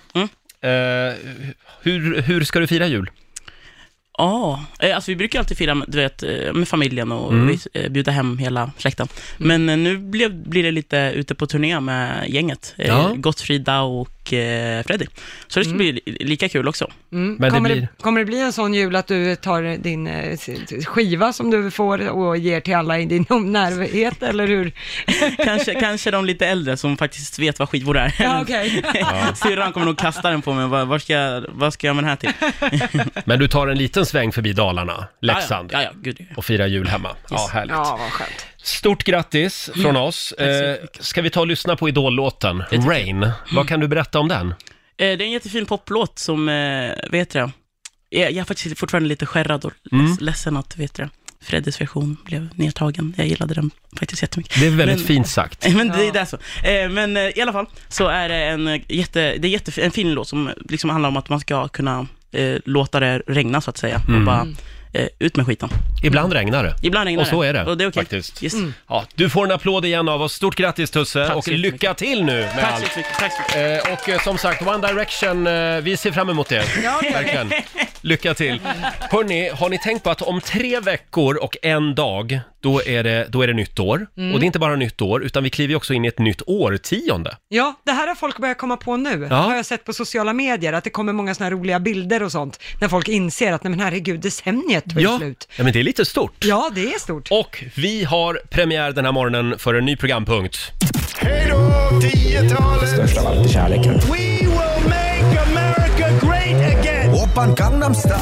Hur ska du fira jul? Alltså vi brukar alltid fira med familjen och bjuda hem hela släkten. Men nu blir det lite ute på turné med gänget. Gottfrida och Freddy. Så det ska bli lika kul också. Men kommer det bli en sån jul att du tar din skiva som du får och ger till alla i din närhet, eller hur? Kanske de lite äldre som faktiskt vet vad skivor är. Syrran kommer nog kasta den på mig. Vad ska jag med den här till? Men du tar en liten sväng förbi Dalarna, Leksand, gud. och firar jul hemma. Ja, härligt. Ja, vad skönt. Stort grattis från oss. Ska vi ta och lyssna på idollåten Rain? Vad kan du berätta om den? Det är en jättefin poplåt som, vet jag är faktiskt fortfarande lite skärrad och ledsen att, Freddys version blev nedtagen. Jag gillade den faktiskt jättemycket. Det är väldigt fint sagt. Men det är så. Men i alla fall så är det en fin låt som liksom handlar om att man ska kunna låta det regna, så att säga. Och bara ut med skiten. Ibland regnar det. Och så är det. Och det är okej. Faktiskt. Ja, du får en applåd igen av oss. Stort grattis Tusse. Och lycka till nu med Tack allt. så mycket. Och som sagt, One Direction, vi ser fram emot det. Verkligen. Lycka till. Hörrni, har ni tänkt på att om 3 veckor och 1 dag då är det nytt år. Och det är inte bara nytt år, utan vi kliver också in i ett nytt årtionde. Ja, det här har folk börjat komma på nu. Har jag sett på sociala medier, att det kommer många såna här roliga bilder och sånt, när folk inser att, nej men herregud, decenniet tar slut. Ja, men det är lite stort. Ja, det är stort. Och vi har premiär den här morgonen för en ny programpunkt. Hej då, 10-talet! Största av allt är kärleken. We will make America great again! Oppan Gangnam Style!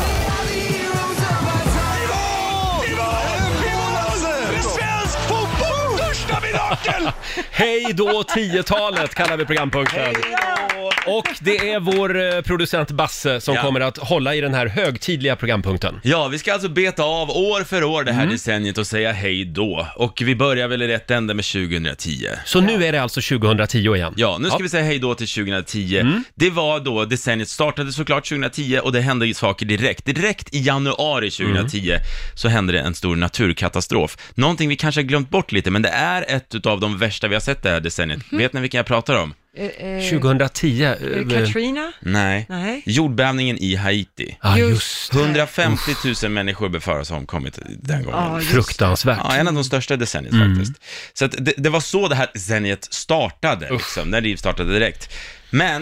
Hej då 10-talet kallar vi programpunkten. Och det är vår producent Basse som kommer att hålla i den här högtidliga programpunkten. Ja, vi ska alltså beta av år för år det här decenniet och säga hej då. Och vi börjar väl i rätt ände med 2010. Så nu är det alltså 2010 igen? Ja, nu ska vi säga hej då till 2010. Det var då decenniet startade såklart 2010 och det hände ju saker direkt. Direkt i januari 2010 så hände det en stor naturkatastrof. Någonting vi kanske har glömt bort lite, men det är ett av de värsta vi har sett det här decenniet. Vet ni vilken jag pratar om? 2010? Katrina? Nej. Jordbävningen i Haiti. Just 150 000 människor befaras ha omkommit den gången. Fruktansvärt. Ja, en av de största decenniet faktiskt. Så att det var så det här decenniet startade, liksom, när liv startade direkt. Men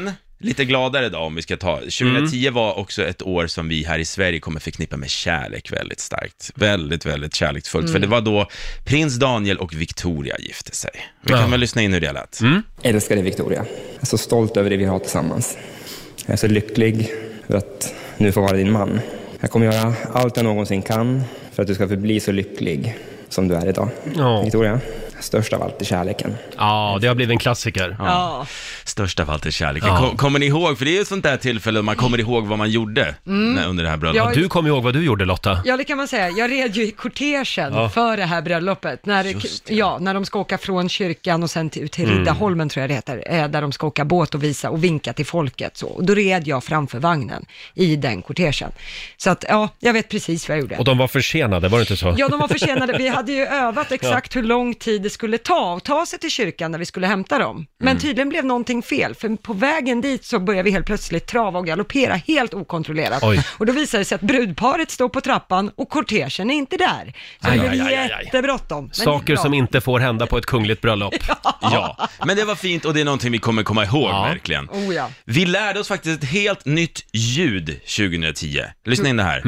lite gladare då om vi ska ta. 2010 var också ett år som vi här i Sverige kommer förknippa med kärlek väldigt starkt. Väldigt, väldigt kärleksfullt. För det var då prins Daniel och Victoria gifte sig. Vi kan väl lyssna in hur det lät. Älskar dig Victoria. Jag är så stolt över det vi har tillsammans. Jag är så lycklig för att nu få vara din man. Jag kommer göra allt jag någonsin kan för att du ska förbli så lycklig som du är idag. Victoria, störst av allt är kärleken. Ja, det har blivit en klassiker. Ja. Störst av allt är kärleken. Kommer ni ihåg, för det är ju ett sånt där tillfälle man kommer ihåg vad man gjorde under det här bröllopet. Du kommer ihåg vad du gjorde, Lotta? Ja, det kan man säga. Jag red ju i kortegen för det här bröllopet. När de ska åka från kyrkan och sen till Riddarholmen tror jag det heter. Där de ska åka båt och visa och vinka till folket. Så. Och då red jag framför vagnen i den kortegen. Så att, jag vet precis vad jag gjorde. Och de var försenade, var det inte så? Ja, de var försenade. Vi hade ju övat exakt hur lång tid det skulle ta sig till kyrkan när vi skulle hämta dem. Men tydligen blev någonting fel, för på vägen dit så började vi helt plötsligt trava och galoppera helt okontrollerat. Och då visade det sig att brudparet står på trappan och kortegen är inte där. Så det blev jättebråttom. Saker som inte får hända på ett kungligt bröllop. Ja, men det var fint och det är någonting vi kommer komma ihåg verkligen. Ja. Vi lärde oss faktiskt ett helt nytt ljud 2010. Lyssna in det här.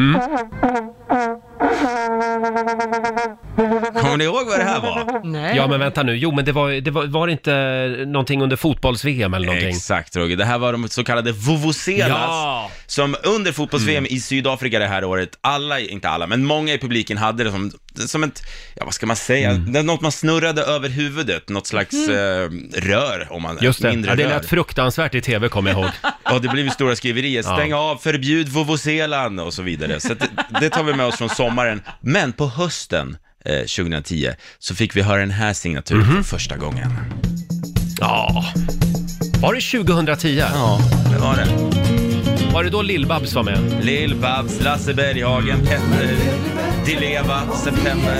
Kommer ni ihåg vad det här var? Nej. Ja, men vänta nu. Jo, men det var inte någonting under fotbolls-VM eller någonting? Exakt, Roger. Det här var de så kallade vuvuzelas som under fotbolls-VM i Sydafrika det här året, inte alla, men många i publiken hade det som ett, vad ska man säga? Det är något man snurrade över huvudet, något slags rör, om man just det. Mindre det rör. lät fruktansvärt i tv, kommer jag ihåg. Ja, det blev ju stora skriverier. Stäng av, förbjud vuvuzelan och så vidare. Så det tar vi med oss från sommaren. Men på hösten 2010 så fick vi höra den här signaturen för första gången. Ja. Var det 2010? Ja, det var det. Var det då Lill-Babs var med? Lill-Babs, Lasse Berghagen, Petter, Dileva, September.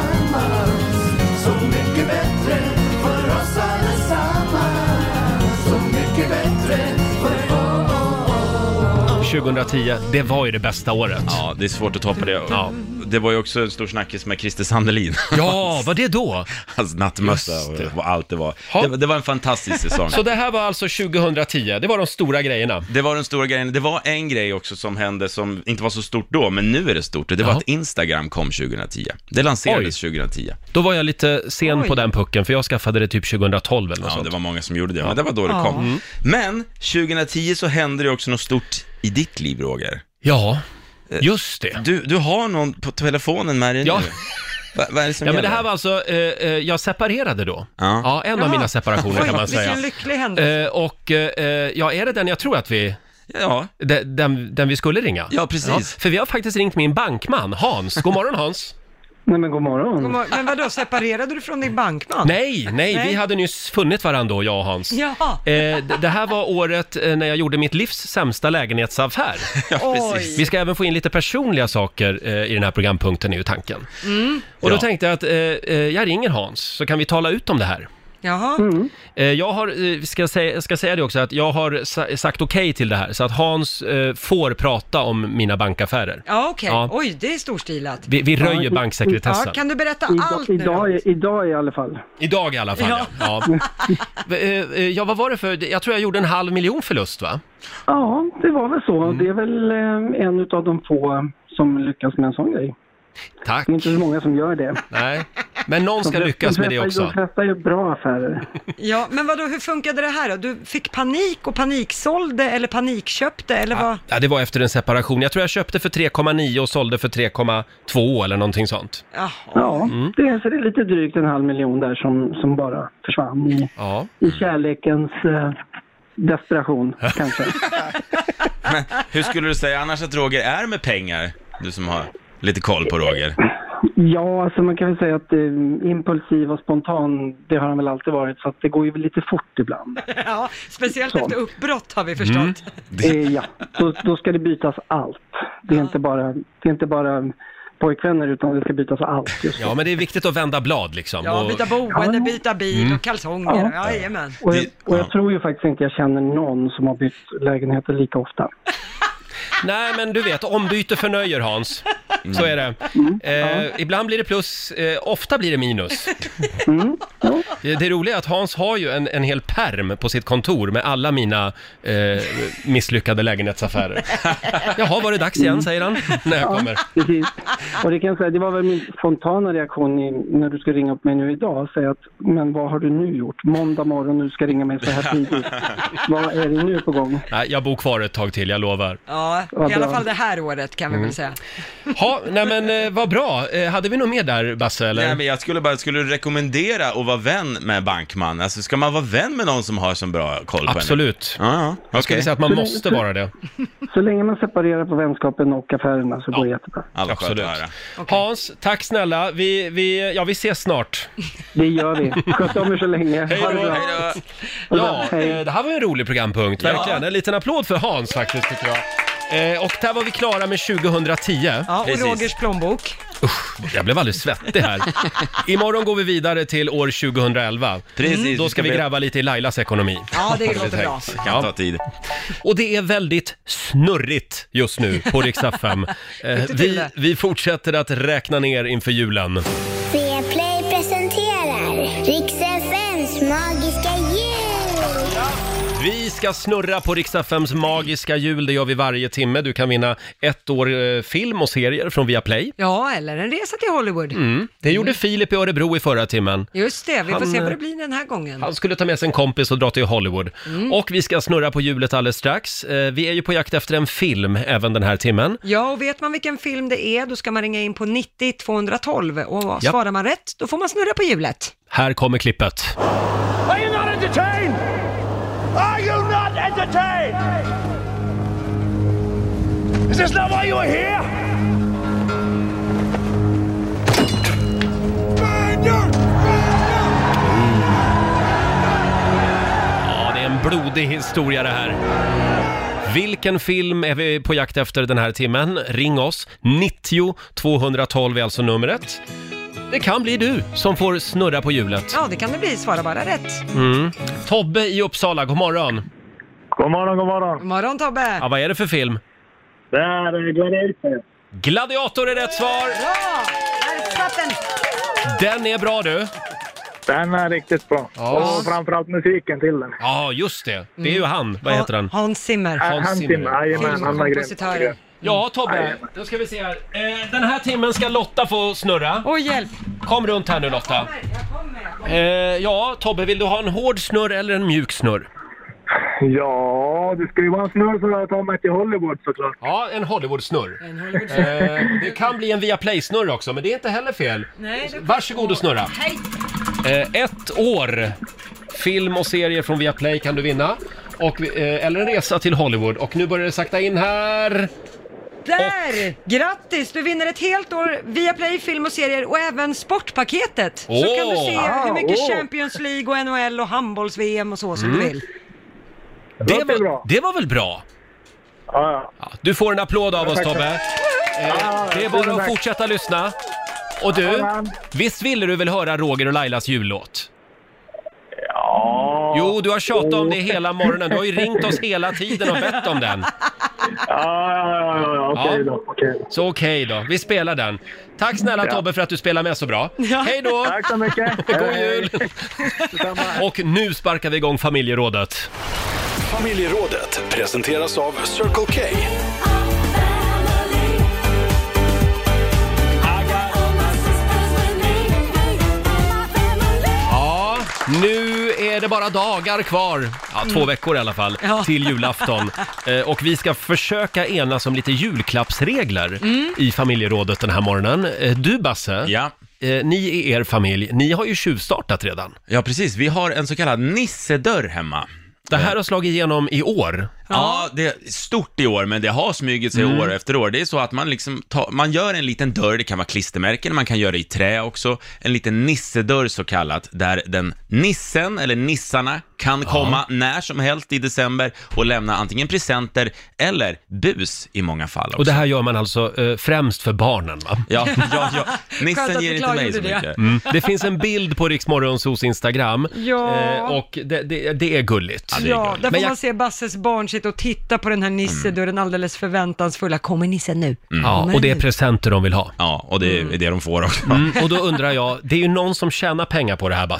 Så mycket bättre för oss allesammans. Så mycket bättre för 2010, det var ju det bästa året. Ja, det är svårt att toppa det. Ja. Det var ju också en stor snackis med Christer Sandelin. Ja, vad det då? Hans nattmössa och allt det var. Det var en fantastisk säsong. Så det här var alltså 2010, det var de stora grejerna. Det var de stora grejerna. Det var en grej också som hände som inte var så stort då, men nu är det stort. Det var att Instagram kom 2010. Det lanserades 2010. Då var jag lite sen på den pucken, för jag skaffade det typ 2012 eller något sånt. Det var många som gjorde det, men det var då det kom. Men 2010 så hände det också något stort i ditt liv, Roger. Ja, just det. Du har någon på telefonen med dig nu. Vad är det som men det här var alltså, jag separerade då. Ja, en av mina separationer kan man säga. Vilken lycklig händelse. Och är det den jag tror att vi... Ja. Den vi skulle ringa? Ja, precis. Ja, för vi har faktiskt ringt min bankman, Hans. God morgon, Hans. Nej, men god morgon. Men vadå, separerade du från din bankman? Nej, vi hade nyss funnit varandra då, jag och Hans. Jaha. Det här var året när jag gjorde mitt livs sämsta lägenhetsaffär. Ja, precis. Vi ska även få in lite personliga saker i den här programpunkten, är ju tanken. Och då tänkte jag att jag ringer Hans, så kan vi tala ut om det här. Jaha. Jag har, ska säga det också, att jag har sagt okej till det här, så att Hans får prata om mina bankaffärer. Ja, okej. Oj, det är storstilat. Vi röjer banksekretessen. Ja, kan du berätta allt nu då? Idag i alla fall. Idag i alla fall, ja. Vad var det för... Jag tror jag gjorde 500 000 förlust, va? Ja, det var väl så. Det är väl en av de få som lyckas med en sån grej. Tack. Det är inte så många som gör det. Nej, men någon ska lyckas med det också. De flesta är ju bra affärer. Ja, men vadå, hur funkade det här då? Du fick panik och paniksålde eller panikköpte eller vad? Ja, det var efter en separation. Jag tror jag köpte för 3,9 och sålde för 3,2 eller någonting sånt. Ja, det är lite drygt 500 000 där som bara försvann i kärlekens desperation kanske. Men hur skulle du säga annars att Roger är med pengar? Du som har lite koll på Roger. Ja, alltså man kan väl säga att impulsiv och spontan, det har han väl alltid varit, så att det går ju lite fort ibland. Ja, speciellt efter uppbrott har vi förstått. Ja, då ska det bytas allt. Det är inte bara pojkvänner, utan det ska bytas allt. Just ja, men det är viktigt att vända blad liksom. Ja, byta boende, byta bil och kalsonger. Ja, jajamän. Och jag tror ju faktiskt inte jag känner någon som har bytt lägenheter lika ofta. Nej, men du vet, ombyte förnöjer, Hans. Så är det. Ibland blir det plus, ofta blir det minus. Det roliga är att Hans har ju en hel perm på sitt kontor med alla mina misslyckade lägenhetsaffärer. Jaha, var det dags igen, säger han när jag kommer. Precis. Och det kan jag säga, det var väl min spontana reaktion när du ska ringa upp mig nu idag och säga att, men vad har du nu gjort? Måndag morgon nu ska ringa mig så här tidigt. Vad är det nu på gång? Nej, jag bor kvar ett tag till, jag lovar. Ja, i alla fall det här året kan vi väl säga. Ja, nej men vad bra. Hade vi något mer där, Basse, eller? Nej, men jag skulle rekommendera att vara vän med bankman. Alltså, ska man vara vän med någon som har så bra koll på Absolut. Ja, jag skulle säga att man måste vara det. Så länge man separerar på vänskapen och affärerna så går det jättebra. Absolut. Hans, tack snälla. Vi ses snart. Det gör vi. Sköt om er så länge. Hej då. Ja, det här var en rolig programpunkt, verkligen. En liten applåd för Hans faktiskt, tycker jag. Och där var vi klara med 2010. Ja, och Rogers plånbok. Jag blev alldeles svettig här. Imorgon går vi vidare till år 2011. Precis. Då ska vi gräva lite i Lailas ekonomi. Ja, det låter bra. Kan ta tid. Och det är väldigt snurrigt just nu på Rix FM. Vi fortsätter att räkna ner inför julen. Viaplay presenterar Rix FMs magiska jul. Vi ska snurra på Rix FMs magiska jul. Det gör vi varje timme. Du kan vinna 1 år film och serier från Viaplay. Ja, eller en resa till Hollywood. Det gjorde Filip i Örebro i förra timmen. Just det, vi får se vad det blir den här gången. Han skulle ta med sig en kompis och dra till Hollywood. Och vi ska snurra på hjulet alldeles strax. Vi är ju på jakt efter en film även den här timmen. Ja, och vet man vilken film det är, då ska man ringa in på 90 212. Och svarar man rätt, då får man snurra på hjulet. Här kommer klippet. Are you not entertained? Are you not entertained? Is this not why you are here? Ja, det är en blodig historia det här. Vilken film är vi på jakt efter den här timmen? Ring oss. 90 212 är alltså numret. Det kan bli du som får snurra på hjulet. Ja, det kan det bli. Svara bara rätt. Tobbe i Uppsala, god morgon. God morgon, god morgon. God morgon, Tobbe. Ja, vad är det för film? Det är Gladiator. Gladiator är rätt svar. Bra! Där är Den är bra, du. Den är riktigt bra. Ja. Och framförallt musiken till den. Ja, just det. Det är ju han. Vad heter han? Hans Zimmer. Hans Zimmer, jajamän. Han var Filmkompositören. Ja, Tobbe, då ska vi se här. Den här timmen ska Lotta få snurra. Åh, hjälp. Kom runt här nu, Lotta. Ja, Tobbe, vill du ha en hård snurr eller en mjuk snurr? Ja, det ska ju vara en snurr för att ta mig till Hollywood såklart. Ja, en Hollywood-snurr. Det kan bli en Viaplay-snurr också, men det är inte heller fel. Nej, varsågod och snurra. Hej. 1 år film och serier från Viaplay kan du vinna. Och, eller en resa till Hollywood. Och nu börjar det sakta in här. Där! Grattis! Du vinner ett helt år Viaplay film och serier och även sportpaketet. Så kan du se hur mycket Champions League och NHL och handbolls-VM och så som du vill. Det var väl bra? Ja. Du får en applåd av oss, Tobbe. Det är bara att fortsätta lyssna. Och du, visst ville du väl höra Roger och Lailas jullåt? Ja. Jo, du har tjatat om det hela morgonen. Du har ju ringt oss hela tiden och bett om den. Ja, okej då. Så okej då, vi spelar den. Tack snälla Tobbe för att du spelar med så bra. Hej då! Tack så mycket. God jul! Och nu sparkar vi igång familjerådet. Familjerådet presenteras av Circle K. Ja, nu är det bara dagar kvar. Ja, 2 veckor i alla fall till julafton. Och vi ska försöka enas om lite julklappsregler i familjerådet den här morgonen. Du, Basse. Ja. Ni i er familj, ni har ju tjuvstartat redan. Ja, precis. Vi har en så kallad nissedörr hemma. Det här har slagit igenom i år. Ja, det är stort i år, men det har smugit sig år efter år. Det är så att man liksom man gör en liten dörr, det kan vara klistermärken, man kan göra det i trä också. En liten nissedörr så kallat, där den nissen eller nissarna kan komma när som helst i december och lämna antingen presenter eller bus i många fall också. Och det här gör man alltså främst för barnen, va? Ja. Nissen ger inte mig så mycket. Det finns en bild på Rix Morgonzos Instagram och det är gulligt. Ja, där får man se Basses barn sitta och titta på den här nissedörren alldeles förväntansfulla. Kommer nissen nu? Ja, och det är presenter de vill ha. Ja, och det är det de får också. Och då undrar jag, det är ju någon som tjänar pengar på det här, Basse.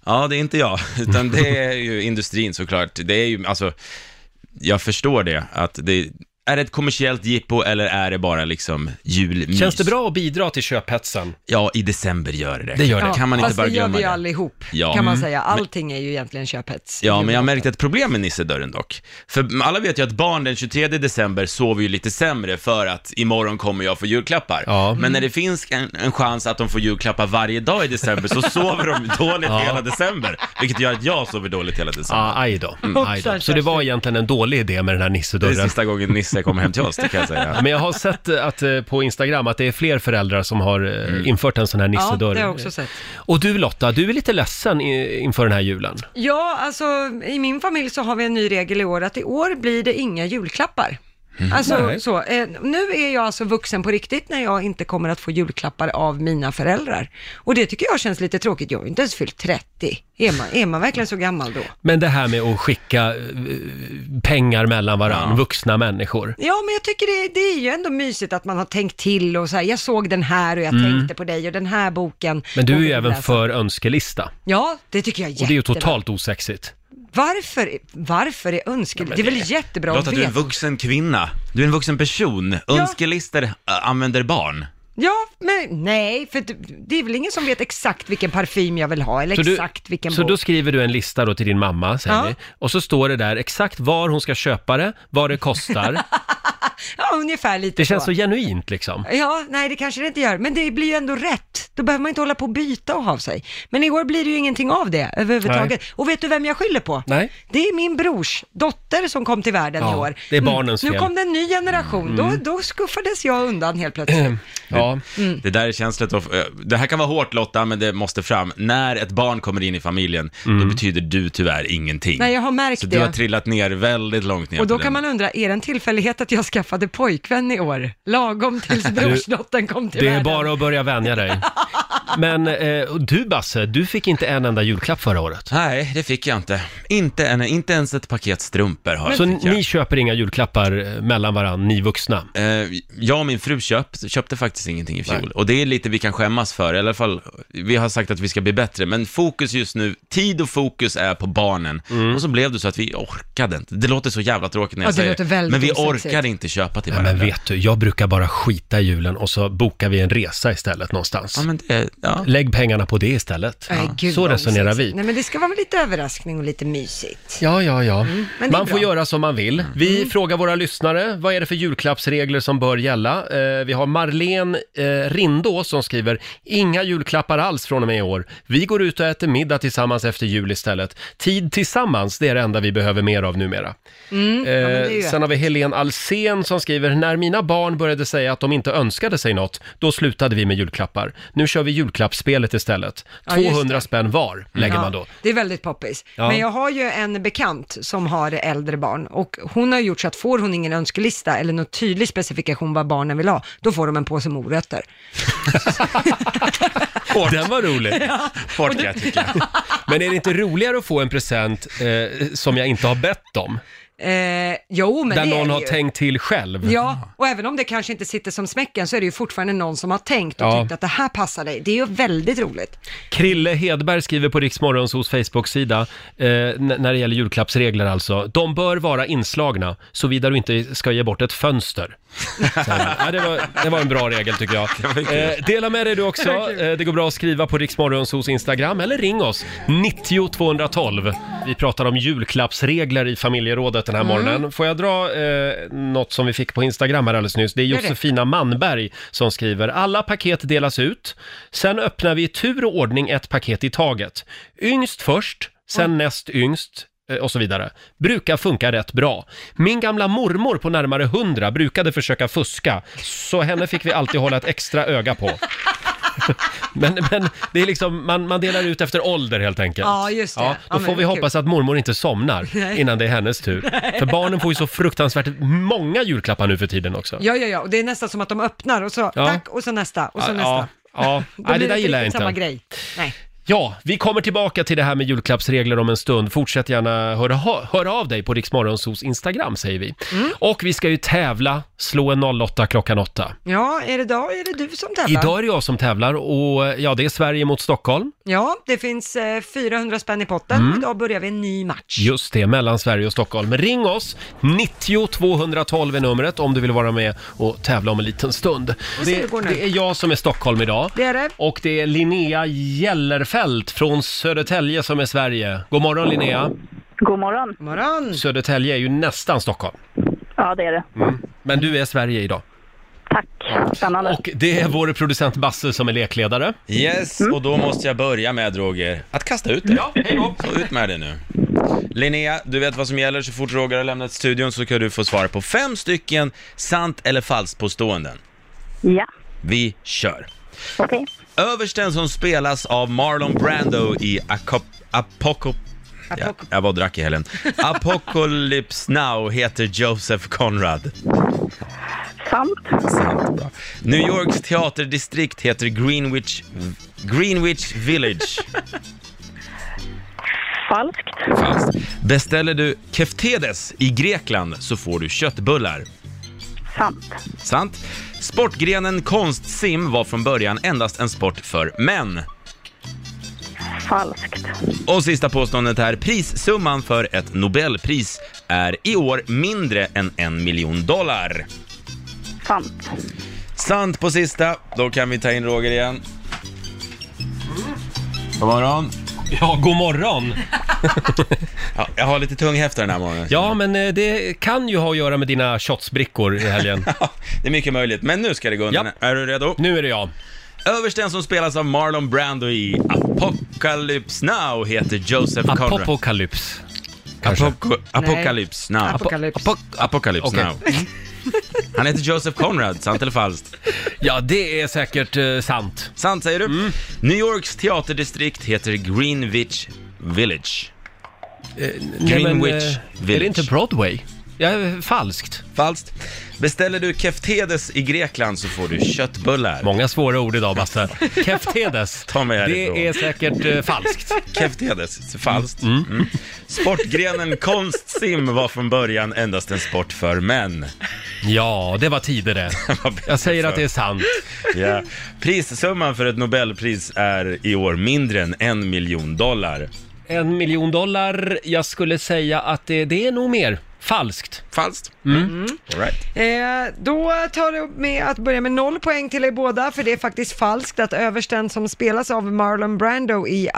Ja, det är inte jag, utan det är ju industrin såklart. Det är ju, alltså, jag förstår det, att det är det ett kommersiellt jippo eller är det bara liksom julmys? Känns det bra att bidra till köphetsen? Ja, i december gör det. Det gör det. Kan man inte bara glömma det? Det gör vi allihop, kan man säga. Allting är ju egentligen köphets. Ja, men jag märkte ett problem med nissedörren dock. För alla vet ju att barn den 23 december sover ju lite sämre för att imorgon kommer jag få julklappar. Ja. Men när det finns en chans att de får julklappar varje dag i december så sover de dåligt hela december. Vilket gör att jag sover dåligt hela december. Aj då. Så det var egentligen en dålig idé med den här nissedörren. Det är sista gången Nisse kommer hem till oss, det kan jag säga. Men jag har sett att på Instagram att det är fler föräldrar som har infört en sån här nissedörr. Ja, det har jag också sett. Och du Lotta, du är lite ledsen inför den här julen. Ja, alltså i min familj så har vi en ny regel i år att i år blir det inga julklappar. Alltså så, nu är jag alltså vuxen på riktigt när jag inte kommer att få julklappar av mina föräldrar. Och det tycker jag känns lite tråkigt. Jag har inte ens fyllt 30. Är man verkligen så gammal då? Men det här med att skicka pengar mellan varann, vuxna människor. Ja, men jag tycker det är ju ändå mysigt att man har tänkt till och så här, jag såg den här och jag tänkte på dig och den här boken. Men du är ju även för önskelista. Ja, det tycker jag är jättebra. Och det är ju totalt osexigt. Varför är önskelista? Det är väl jättebra att veta. Du är en vuxen kvinna. Du är en vuxen person. Önskelister använder barn. Ja, men nej, för det är väl ingen som vet exakt vilken parfym jag vill ha eller exakt vilken bok. Så då skriver du en lista då till din mamma, säger ni, och så står det där exakt var hon ska köpa det, vad det kostar. Ja, ungefär lite. Det känns så genuint liksom. Ja, nej det kanske det inte gör, men det blir ju ändå rätt. Då behöver man inte hålla på och byta och ha sig. Men i år blir det ju ingenting av det överhuvudtaget. Nej. Och vet du vem jag skyller på? Nej. Det är min brors dotter som kom till världen i år. Det är barnens fel. Nu kom det en ny generation. Då skuffades jag undan helt plötsligt. Ja. Det där är känsligt. Det här kan vara hårt Lotta, men det måste fram. När ett barn kommer in i familjen, då betyder du tyvärr ingenting. Nej, jag har märkt så det. du har trillat ner väldigt långt ner. Och då kan man undra, är det en tillfällighet att jag skaffade pojkvän i år? Lagom tills brorsdottern kom till världen. Det är bara att börja vänja dig. Men du Basse, du fick inte en enda julklapp förra året. Nej, det fick jag inte. Inte ens ett paket strumpor har jag. Så ni köper inga julklappar mellan varann, ni vuxna? Jag och min fru köpte faktiskt ingenting i fjol. Nej. Och det är lite vi kan skämmas för. I alla fall, vi har sagt att vi ska bli bättre. Men fokus just nu, tid och fokus är på barnen. Och så blev det så att vi orkade inte. Det låter så jävla tråkigt när jag säger det. Men vi orkade inte köpa till varandra. Men vet du, jag brukar bara skita i julen och så bokar vi en resa istället någonstans. Ja, men Lägg pengarna på det istället. Gud, så resonerar vi. Nej, men det ska vara lite överraskning och lite mysigt. Ja. Man får göra som man vill. Vi frågar våra lyssnare, vad är det för julklappsregler som bör gälla? Vi har Marlene Rindå som skriver, inga julklappar alls från och med i år. Vi går ut och äter middag tillsammans efter jul istället. Tid tillsammans, det är det enda vi behöver mer av numera. Sen har vi Helene Alsen som skriver, när mina barn började säga att de inte önskade sig något, då slutade vi med julklappar. Nu kör vi julklappsspelet istället. 200 spänn var lägger man då. Det är väldigt poppis. Ja. Men jag har ju en bekant som har äldre barn och hon har gjort så att får hon ingen önskelista eller någon tydlig specifikation vad barnen vill ha, då får de en påse morötter. Den var rolig. Ja. Hårt kan jag tycka. Men är det inte roligare att få en present som jag inte har bett om? Jo, men där det någon är har ju tänkt till själv. Ja, och även om det kanske inte sitter som smäcken så är det ju fortfarande någon som har tänkt och tyckt att det här passar dig. Det är ju väldigt roligt. Krille Hedberg skriver på Rix Morgonzos Facebook-sida när det gäller julklappsregler alltså. De bör vara inslagna såvida du inte ska ge bort ett fönster. Det var en bra regel tycker jag. Dela med dig du också. Det går bra att skriva på Rix Morgonzos Instagram eller ring oss 90 212. Vi pratar om julklappsregler i familjerådet den här morgonen. Får jag dra något som vi fick på Instagram här alldeles nyss? Det är Josefina Manberg som skriver, alla paket delas ut. Sen öppnar vi i tur och ordning ett paket i taget. Yngst först, sen näst yngst och så vidare. Brukar funka rätt bra. Min gamla mormor på närmare 100 brukade försöka fuska, så henne fick vi alltid hålla ett extra öga på. Men det är liksom, man delar ut efter ålder helt enkelt. Ja, just det. Då får vi hoppas att mormor inte somnar innan det är hennes tur. För barnen får ju så fruktansvärt många julklappar nu för tiden också. Ja, och det är nästan som att de öppnar och så tack och så nästa och så nästa. Ja, det där gillar jag inte. Samma grej. Nej. Ja, vi kommer tillbaka till det här med julklappsregler om en stund. Fortsätt gärna höra av dig på Rix Morgonzos Instagram, säger vi. Och vi ska ju tävla, slå en 08 klockan 8. Ja, är det du som tävlar? Idag är det jag som tävlar och ja, det är Sverige mot Stockholm. Ja, det finns 400 spänn i potten. Idag börjar vi en ny match. Just det, mellan Sverige och Stockholm. Men ring oss, 90 212 är numret om du vill vara med och tävla om en liten stund. Det är jag som är Stockholm idag. Det är det. Och det är Linnea Gellerfelt från Södertälje som är Sverige. God morgon, Linnea. God morgon. God morgon. Södertälje är ju nästan Stockholm. Ja, det är det. Men du är Sverige idag. Tack, spännande. Och det är vår producent Basse som är lekledare. Yes, och då måste jag börja med, Roger, att kasta ut det. Ja, hej då. Så ut med det nu. Linnea, du vet vad som gäller. Så fort Roger har lämnat studion så kan du få svara på 5 stycken sant eller falskt påståenden. Ja. Vi kör. Okej. Översten som spelas av Marlon Brando i jag var drack i helgen. Apocalypse Now heter Joseph Conrad. Sant. Sant, bra. New Yorks teaterdistrikt heter Greenwich Village. Falskt. Falskt. Beställer du keftedes i Grekland så får du köttbullar. Sant. Sant. Sportgrenen konstsim var från början endast en sport för män. Falskt. Och sista påståendet här. Prissumman för ett Nobelpris är i år mindre än $1 miljon. Sant. Sant på sista. Då kan vi ta in Roger igen. God morgon. Ja, god morgon. Ja, jag har lite tung häfta den här morgonen. Ja, men det kan ju ha att göra med dina shotsbrickor i helgen. Det är mycket möjligt, men nu ska det gå undan. Ja. Är du redo? Nu är det jag. Översten som spelas av Marlon Brando i Apocalypse Now heter Joseph Conrad. Apocalypse. Apocalypse Now. Apocalypse Now. Han heter Joseph Conrad, sant eller falskt? Ja, det är säkert sant. Sant säger du. New Yorks teaterdistrikt heter Greenwich Village. Village. Är det inte Broadway? Ja, falskt. Falskt. Beställer du keftedes i Grekland så får du köttbullar. Många svåra ord idag, Basse. Keftedes, Ta mig härifrån. det är säkert falskt. Keftedes, falskt. Sportgrenen konstsim var från början endast en sport för män. Ja, det var tidigare. Jag säger att det är sant. Ja. Prissumman för ett Nobelpris är i år mindre än $1 miljon. $1 miljon, jag skulle säga att det är nog mer. Falskt. Falskt. All right. Då tar det med att börja med 0 poäng till er båda, för det är faktiskt falskt att översten som spelas av Marlon Brando i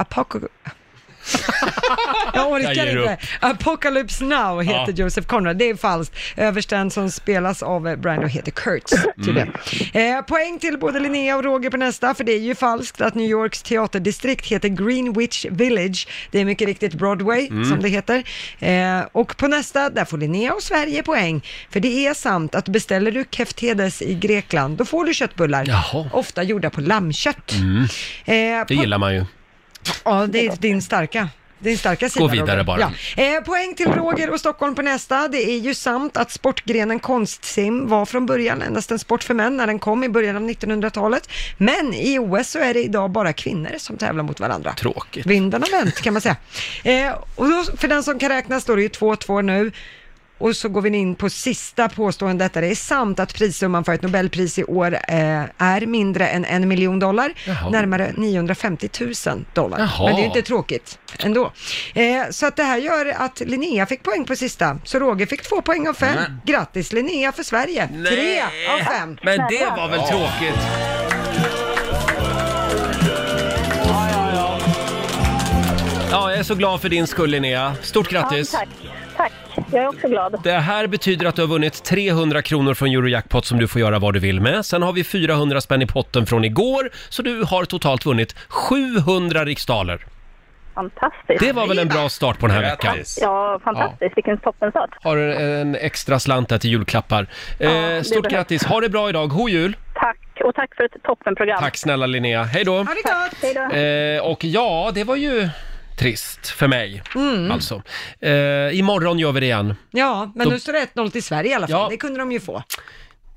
jag orkar inte. Apocalypse Now heter Joseph Conrad. Det är falskt. Översten som spelas av Brando heter Kurtz. Poäng till både Linnea och Roger på nästa, för det är ju falskt att New Yorks teaterdistrikt heter Greenwich Village. Det är mycket riktigt Broadway som det heter. Och på nästa, där får Linnea och Sverige poäng. För det är sant att beställer du keftedes i Grekland, då får du köttbullar. Jaha. Ofta gjorda på lammkött. Det gillar man ju. Ja, det är din starka sida. Gå vidare, Roger. Bara. Ja. Poäng till Roger och Stockholm på nästa. Det är ju sant att sportgrenen konstsim var från början endast en sport för män när den kom i början av 1900-talet. Men i OS så är det idag bara kvinnor som tävlar mot varandra. Tråkigt. Vinden har vänt, kan man säga. Och då, för den som kan räkna står det ju 2-2 nu. Och så går vi in på sista påståendet. Det är sant att prissumman för ett Nobelpris i år är mindre än $1 miljon. Närmare $950 000. Men det är ju inte tråkigt ändå. Så att det här gör att Linnea fick poäng på sista. Så Roger fick 2 poäng av 5. Grattis Linnea för Sverige. 3 av 5. Men det var väl tråkigt. Ja, jag är så glad för din skull, Linnea. Stort grattis. Ja, tack. Jag är också glad. Det här betyder att du har vunnit 300 kronor från Eurojackpot som du får göra vad du vill med. Sen har vi 400 spänn i potten från igår, så du har totalt vunnit 700 riksdaler. Fantastiskt. Det var väl en bra start på den här veckan? Ja, fantastiskt. Ja. Vilken toppenstart. Har du en extra slant där till julklappar. Stort grattis. Ha det bra idag. God jul. Tack. Och tack för ett toppenprogram. Tack snälla Linnea. Hej då. Ha det gott. Hej då. Och ja, det var ju trist för mig. Alltså. Imorgon gör vi det igen. Ja, men nu står det 1-0 till Sverige i alla fall. Ja. Det kunde de ju få.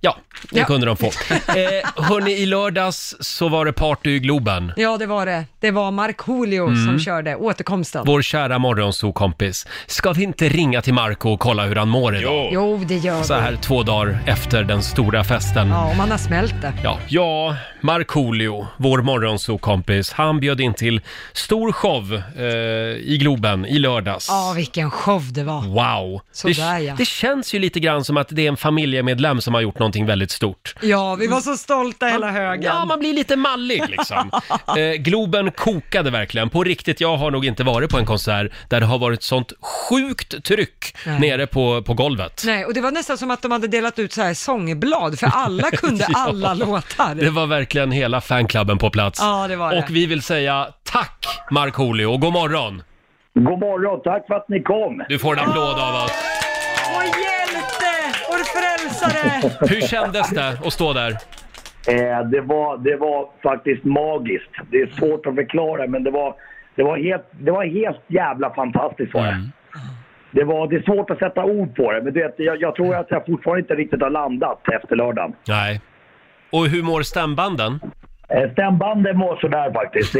Ja, det kunde de få. Hörni, i lördags så var det party i Globen. Ja, det var det. Det var Markoolio som körde återkomsten. Vår kära morgonsokompis. Ska vi inte ringa till Marco och kolla hur han mår idag? Jo, det gör vi. Så här 2 dagar efter den stora festen. Ja, och man har smält det. Ja, Markoolio, vår morgonsokompis, han bjöd in till stor show i Globen i lördags. Ja, vilken show det var. Wow. Sådär, det känns ju lite grann som att det är en familjemedlem som har gjort någonting väldigt stort. Ja, vi var så stolta hela högen. Ja, man blir lite mallig liksom. Globen kokade verkligen. På riktigt, jag har nog inte varit på en konsert där det har varit sånt sjukt tryck nere på golvet. Nej, och det var nästan som att de hade delat ut så här sångblad, för alla kunde alla låtar. Det var verkligen hela fanklubben på plats. Ja, det var det. Och vi vill säga tack Markoolio och god morgon. God morgon, tack för att ni kom. Du får en applåd av oss. Åh, hjälte! Vår frälsare! Hur kändes det att stå där? Det var faktiskt magiskt. Det är svårt att förklara, men det var helt jävla fantastiskt var det. Det är svårt att sätta ord på det, men du vet, jag tror att jag fortfarande inte riktigt har landat efter lördagen. Nej. Och hur mår stämbanden? Stämbanden mår sådär faktiskt.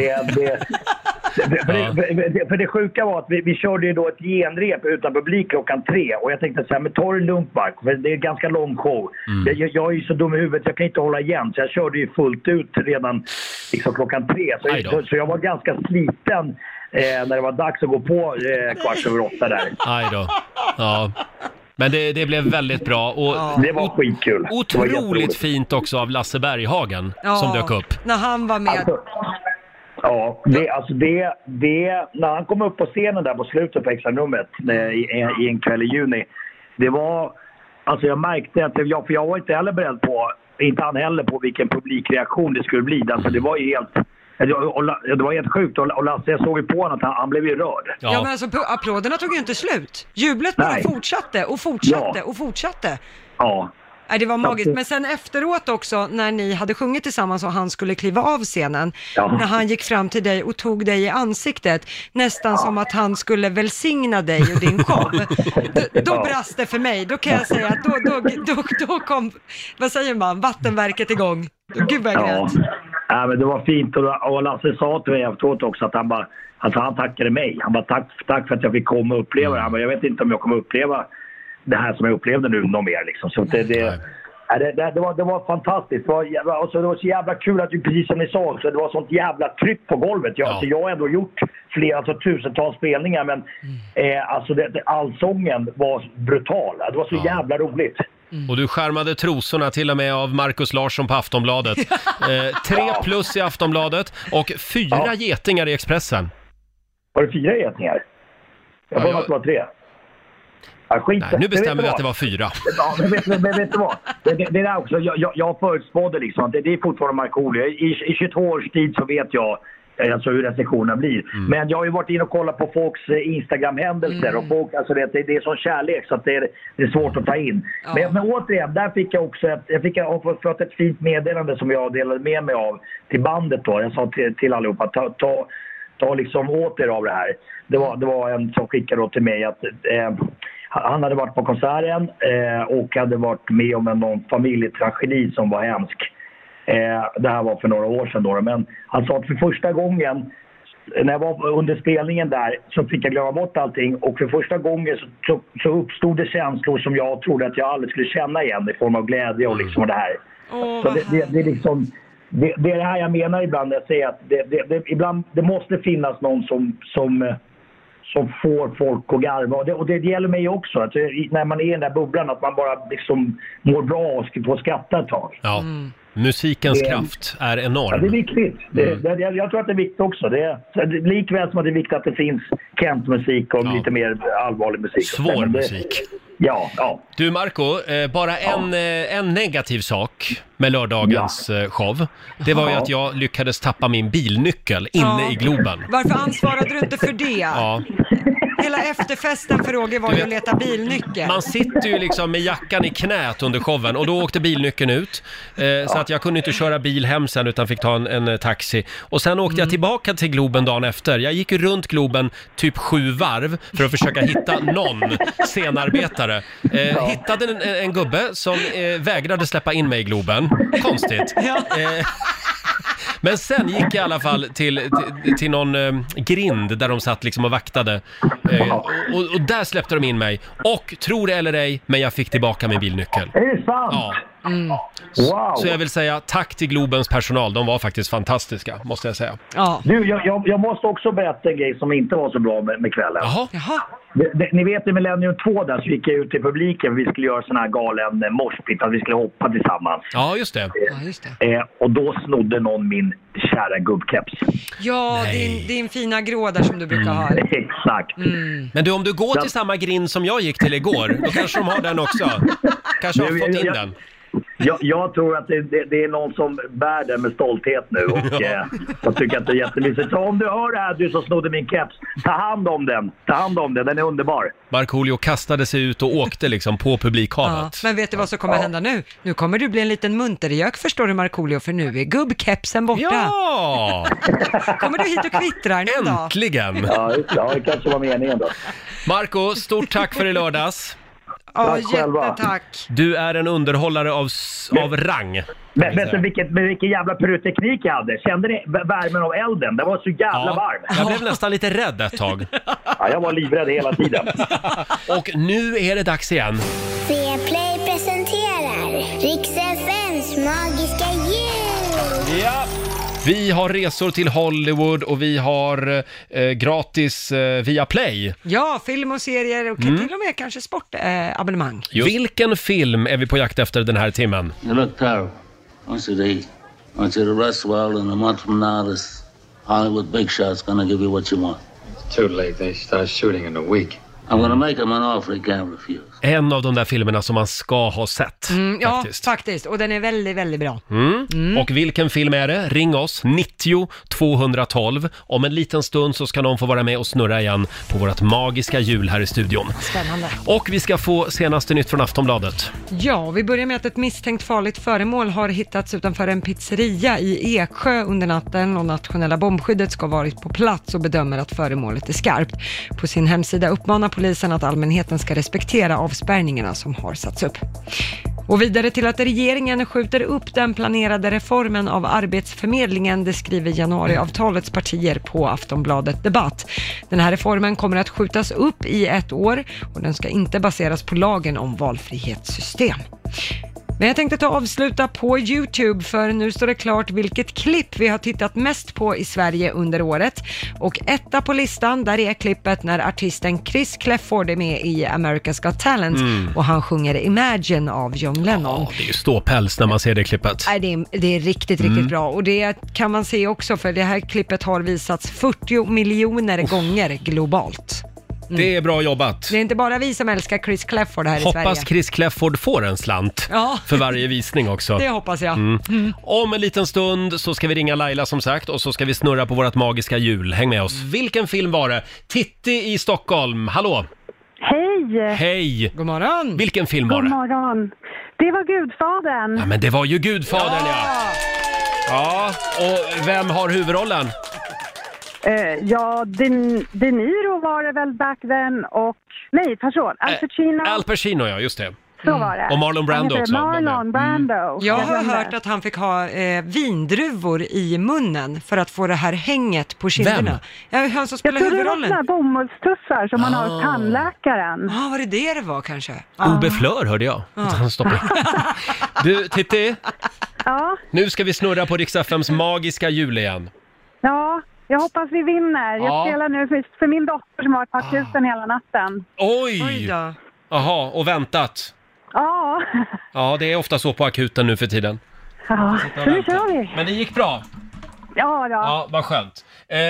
För det sjuka var att vi körde ju då ett genrep utan publik 3:00 och jag tänkte så här, men ta det lugnt Mark, för det är en ganska lång show. Jag är ju så dum i huvudet, jag kan inte hålla igen, så jag körde ju fullt ut redan liksom 3:00. Så jag var ganska sliten när det var dags att gå på 7:15 där. Aj då. Ja. Men det blev väldigt bra och det var skitkul. Otroligt fint också av Lasse Berghagen som dök upp. När han var med. När han kom upp på scenen där på slutet på extranumret i en kväll i juni, det var, alltså jag märkte att för jag var inte heller beredd på, inte han heller på vilken publikreaktion det skulle bli. Alltså det var ju det var helt sjukt och Lasse, jag såg ju på honom att han blev ju rörd. Ja, men alltså applåderna tog ju inte slut. Jublet bara fortsatte och fortsatte och fortsatte. Ja. Det var magiskt, men sen efteråt också när ni hade sjungit tillsammans och han skulle kliva av scenen, när han gick fram till dig och tog dig i ansiktet, nästan som att han skulle välsigna dig och din show. Då brast det för mig, då kan jag säga att då kom, vad säger man, vattenverket igång. Gud vad jag grät. Ja, men det var fint och Lasse sa till mig efteråt också att han tackade mig. Han bara tack för att jag fick komma och uppleva det. Han bara, jag vet inte om jag kommer uppleva det här som jag upplevde nu någon mer liksom. Så det var fantastiskt. Det var så jävla kul att du, precis som ni sa, så det var sånt jävla tryck på golvet. Jag har ändå gjort flera, tusentals spelningar, men allsången var brutal. Det var så jävla roligt. Och du skärmade trosorna till och med av Marcus Larsson på Aftonbladet. 3+ i Aftonbladet och 4 getingar i Expressen. Var det 4 getingar? Jag tror att det var 3. Nej, nu bestämmer vi att det var 4. Ja, men vet du vad? Det är också, jag förutspådde liksom, det är fortfarande Markoolio. I 22 års tid så vet jag alltså hur recensionerna blir. Men jag har ju varit in och kollat på folks Instagram-händelser och folk, alltså det är sån kärlek så att det är svårt att ta in. Men återigen, där fick jag också fått ett fint meddelande som jag delade med mig av till bandet då. Jag sa till allihopa, ta liksom åt er av det här. Det var en som skickade då till mig att han hade varit på konserten och hade varit med om någon familjetragedi som var hemsk. Det här var för några år sedan då, men han sa att för första gången när jag var under spelningen där så fick jag glömma bort allting och för första gången så uppstod det känslor som jag trodde att jag aldrig skulle känna igen i form av glädje och liksom det här. Så det är liksom det är det här jag menar ibland när jag säger att ibland det måste finnas någon som får folk att garva. Och det gäller mig också. Att när man är i den där bubblan att man bara liksom mår bra och får skratta ett tag. Ja, musikens kraft är enorm. Ja, det är viktigt. Jag tror att det är viktigt också. Likväl som att det är viktigt att det finns Kent-musik och lite mer allvarlig musik. Svår musik. Ja. Du Marco, bara en negativ sak med lördagens show. Det var ju att jag lyckades tappa min bilnyckel inne i Globen. Varför ansvarade du inte för det? Ja. Hela efterfesten för Roger var ju att leta bilnyckel. Man sitter ju liksom med jackan i knät under showen och då åkte bilnyckeln ut. Så att jag kunde inte köra bil hem sen utan fick ta en taxi. Och sen åkte jag tillbaka till Globen dagen efter. Jag gick ju runt Globen typ 7 varv för att försöka hitta någon scenarbetare. Hittade en gubbe som vägrade släppa in mig i Globen. Konstigt. Men sen gick jag i alla fall till någon grind där de satt liksom och vaktade. Och där släppte de in mig. Och tro det eller ej, men jag fick tillbaka min bilnyckel. Är det sant? Ja. Wow. Så jag vill säga tack till Globens personal. De var faktiskt fantastiska, måste jag säga. Ja. Du, jag måste också berätta en grej som inte var så bra med kvällen. Jaha. Ni vet i Millennium 2 där så gick jag ut till publiken. Vi skulle göra sån här galen morspit, att vi skulle hoppa tillsammans. Ja, just det. Och då snodde någon min kära gubbkeps. Ja, din fina grå där som du brukar ha. Exakt. Men du, om du går till samma grind som jag gick till igår, då kanske de har den också. Kanske har fått in den. Jag tror att det är någon som bär den med stolthet nu och jag tycker att det är jättemysigt. Så om du hör det här, du som snodde min keps, ta hand om den, den är underbar. Markoolio kastade sig ut och åkte liksom på publikhavet. Men vet du vad som kommer hända nu? Nu kommer du bli en liten muntergök, förstår du Markoolio, för nu är gubbkepsen borta. Ja! Kommer du hit och kvittrar nu då? Äntligen! Ja, det kanske var meningen då. Marco, stort tack för i lördags. Ja, jättetack. Du är en underhållare av rang. Men vet du vilken jävla pyroteknik jag hade? Kände ni värmen av elden? Det var så jävla varm. Jag blev nästan lite rädd ett tag. Ja, jag var livrädd hela tiden. Och nu är det dags igen. Viaplay presenterar Rix FMs magiska jul. Ja! Vi har resor till Hollywood och vi har gratis Viaplay. Ja, film och serier och till och med kanske sportabonnemang. Vilken film är vi på jakt efter den här timmen? You look terrible. I want you to eat. I want you to rest well, and a month from now this Hollywood big shot's gonna give you what you want. It's too late. They start shooting in a week. I'm gonna make him an offer he can't refuse. En av de där filmerna som man ska ha sett. Ja, faktiskt. Och den är väldigt, väldigt bra. Och vilken film är det? Ring oss, 90 212. Om en liten stund så ska någon få vara med och snurra igen på vårt magiska jul här i studion. Spännande. Och vi ska få senaste nytt från Aftonbladet. Ja, vi börjar med att ett misstänkt farligt föremål har hittats utanför en pizzeria i Eksjö under natten och nationella bombskyddet ska ha varit på plats och bedömer att föremålet är skarpt. På sin hemsida uppmanar polisen att allmänheten ska respektera avspärrningarna som har satts upp. Och vidare till att regeringen skjuter upp den planerade reformen av Arbetsförmedlingen, det skriver januariavtalets partier på Aftonbladet Debatt. Den här reformen kommer att skjutas upp i 1 år och den ska inte baseras på lagen om valfrihetssystem. Men jag tänkte avsluta på YouTube för nu står det klart vilket klipp vi har tittat mest på i Sverige under året. Och etta på listan, där är klippet när artisten Chris Clefford är med i America's Got Talent och han sjunger Imagine av John Lennon. Ja, det är ju ståpäls när man ser det klippet. Nej, det är riktigt, riktigt bra och det kan man se också för det här klippet har visats 40 miljoner gånger globalt. Det är bra jobbat. Det är inte bara vi som älskar Chris Clefford här i Sverige. Hoppas Chris Clefford får en slant för varje visning också. Det hoppas jag. Om en liten stund så ska vi ringa Laila som sagt och så ska vi snurra på vårt magiska jul. Häng med oss. Vilken film var det? Titti i Stockholm, hallå? Hej! Hej! God morgon! Vilken film var det? God morgon. Det var Gudfadern. Ja, men det var ju Gudfadern, ja! Och vem har huvudrollen? Ja, De Niro var det väl back then och... Nej, person. Al Pacino. Al Pacino, ja, just det. Så var det. Och Marlon Brando också. Marlon Brando. Jag har hört att han fick ha vindruvor i munnen för att få det här hänget på kinderna. Vem? Han som spelar huvudrollen. Jag tror det var bomullstussar som man har hos tandläkaren. Ja, var det var kanske? Ove Flör hörde jag. Du, Titti. Ja? Nu ska vi snurra på Rix FMs magiska jul igen. Ja, jag hoppas vi vinner. Jag spelar nu för min dotter som har varit på akuten hela natten. Oj då. Jaha, och väntat. Ja. Ja, det är ofta så på akuten nu för tiden. Ja, så nu kör vi. Men det gick bra. Ja då. Ja, vad skönt.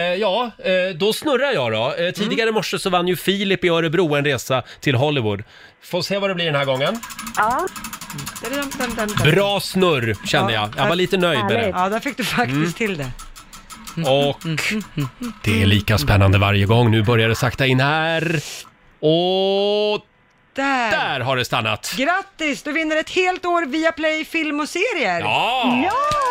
Då snurrar jag då. Tidigare i morse så vann ju Filip i Örebro en resa till Hollywood. Får se vad det blir den här gången. Ja. Bra snurr, kände jag. Jag var lite nöjd med det. Ja, där fick du faktiskt till det. Och det är lika spännande varje gång. Nu börjar det sakta in här. Och där har det stannat. Grattis, du vinner ett helt år via Play film och serier. Ja!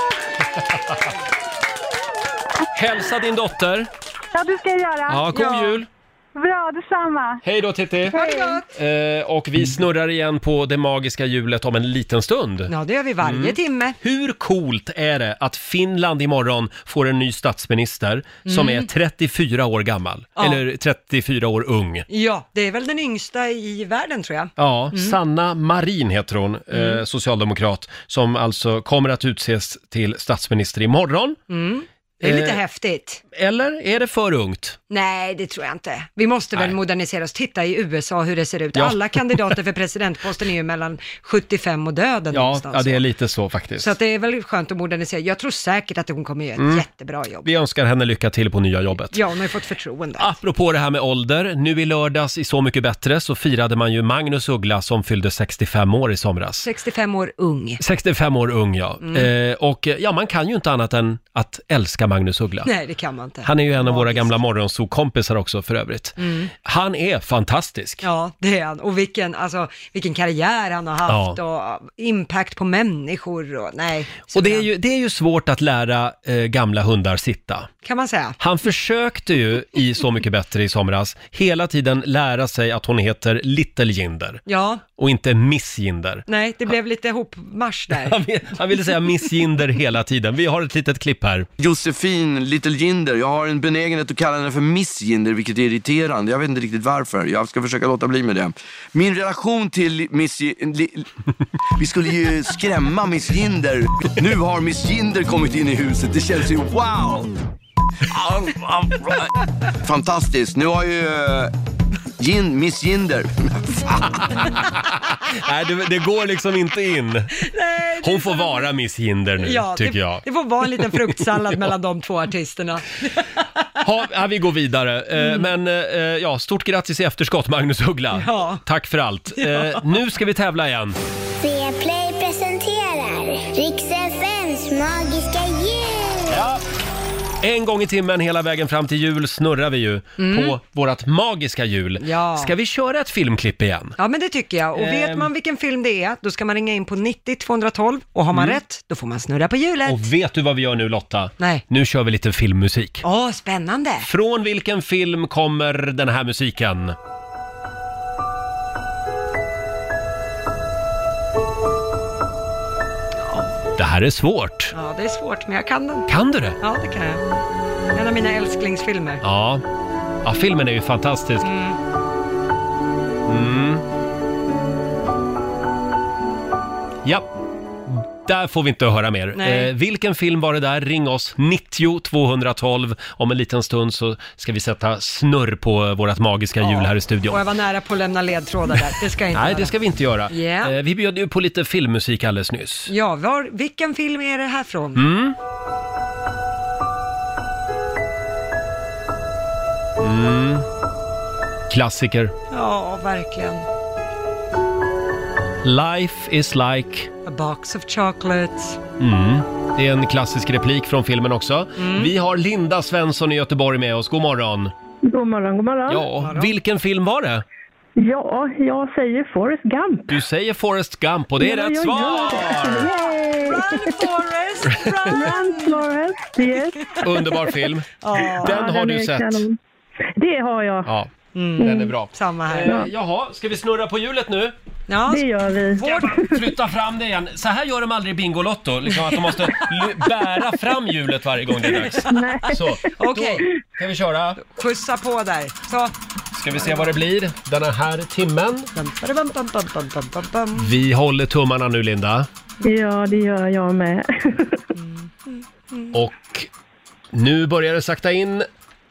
Hälsa din dotter. Ja, det ska jag göra. Ja, god jul. Bra, detsamma. Hej då, Titti. Och vi snurrar igen på det magiska hjulet om en liten stund. Ja, det gör vi varje timme. Hur coolt är det att Finland imorgon får en ny statsminister som är 34 år gammal? Ja. Eller 34 år ung. Ja, det är väl den yngsta i världen, tror jag. Ja, Sanna Marin heter hon, socialdemokrat, som alltså kommer att utses till statsminister imorgon. Det är lite häftigt. Eller är det för ungt? Nej, det tror jag inte. Vi måste väl modernisera oss. Titta i USA hur det ser ut. Alla kandidater för presidentposten är ju mellan 75 och döden någonstans. Ja, det är lite så faktiskt. Så att det är väl skönt att modernisera. Jag tror säkert att hon kommer göra ett jättebra jobb. Vi önskar henne lycka till på nya jobbet. Ja, hon har ju fått förtroende. Apropå det här med ålder, nu i lördags i Så mycket bättre så firade man ju Magnus Uggla som fyllde 65 år i somras. 65 år ung. 65 år ung, ja. Och ja, man kan ju inte annat än att älska Magnus Uggla. Nej, det kan man inte. Han är ju en av våra gamla morgonsokompisar också för övrigt. Han är fantastisk. Ja, det är han. Och vilken karriär han har haft och impact på människor. Och det är ju svårt att lära gamla hundar sitta. Kan man säga. Han försökte ju i Så mycket bättre i somras hela tiden lära sig att hon heter Little Jinder. Ja. Och inte Miss Jinder. Nej, det blev lite hopmarsch där. Han ville säga Miss Jinder hela tiden. Vi har ett litet klipp här. Josefin Little Jinder, jag har en benägenhet att kalla henne för Miss Jinder, vilket är irriterande. Jag vet inte riktigt varför. Jag ska försöka låta bli med det. Min relation till Miss vi skulle ju skrämma Miss Jinder. Nu har Miss Jinder kommit in i huset. Det känns ju wow! Fantastiskt. Nu har ju Miss Jinder. Nej, det går liksom inte in. Nej, hon får vara Miss Jinder nu, tycker jag. Det får vara en liten fruktsallad mellan de två artisterna. Vi går vidare. Men stort grattis i efterskott, Magnus Uggla. Ja. Tack för allt. Nu ska vi tävla igen. Play presenterar Rix FMs magiska jul. Ja. En gång i timmen hela vägen fram till jul snurrar vi ju på vårat magiska jul. Ja. Ska vi köra ett filmklipp igen? Ja, men det tycker jag. Och vet man vilken film det är, då ska man ringa in på 90-212. Och har man rätt, då får man snurra på hjulet. Och vet du vad vi gör nu, Lotta? Nej. Nu kör vi lite filmmusik. Spännande. Från vilken film kommer den här musiken? Det här är svårt. Ja, det är svårt, men jag kan den. Kan du det? Ja, det kan jag. En av mina älsklingsfilmer. Ja, filmen är ju fantastisk. Ja, där får vi inte höra mer. Vilken film var det där? Ring oss 90-212. Om en liten stund så ska vi sätta snurr på vårt magiska jul här i studion. Och jag var nära på att lämna ledtrådar där. Det ska jag inte Nej, göra. det ska vi inte göra. Yeah. Vi bjöd ju på lite filmmusik alldeles nyss. Ja, vilken film är det här från? Klassiker. Ja, verkligen. Life is like A box of chocolates. Det är en klassisk replik från filmen också. Vi har Linda Svensson i Göteborg med oss. God morgon. God morgon, god morgon. Ja, vilken film var det? Ja, jag säger Forrest Gump. Du säger Forrest Gump och det är rätt svar! Run Forrest, Run Forrest, yes. Underbar film. Den har du sett. Kanon. Det har jag. Ja, den är bra. Samma här. Jaha, ska vi snurra på hjulet nu? Ja, det gör vi. Ska jag bara flytta fram det igen? Så här gör de aldrig i Bingolotto. Liksom att de måste bära fram hjulet varje gång det är dags. Nej. Så, Okej. då kan vi köra. Pussa på där. Så. Ska vi se vad det blir den här timmen. Vi håller tummarna nu, Linda. Ja, det gör jag med. Och nu börjar det sakta in.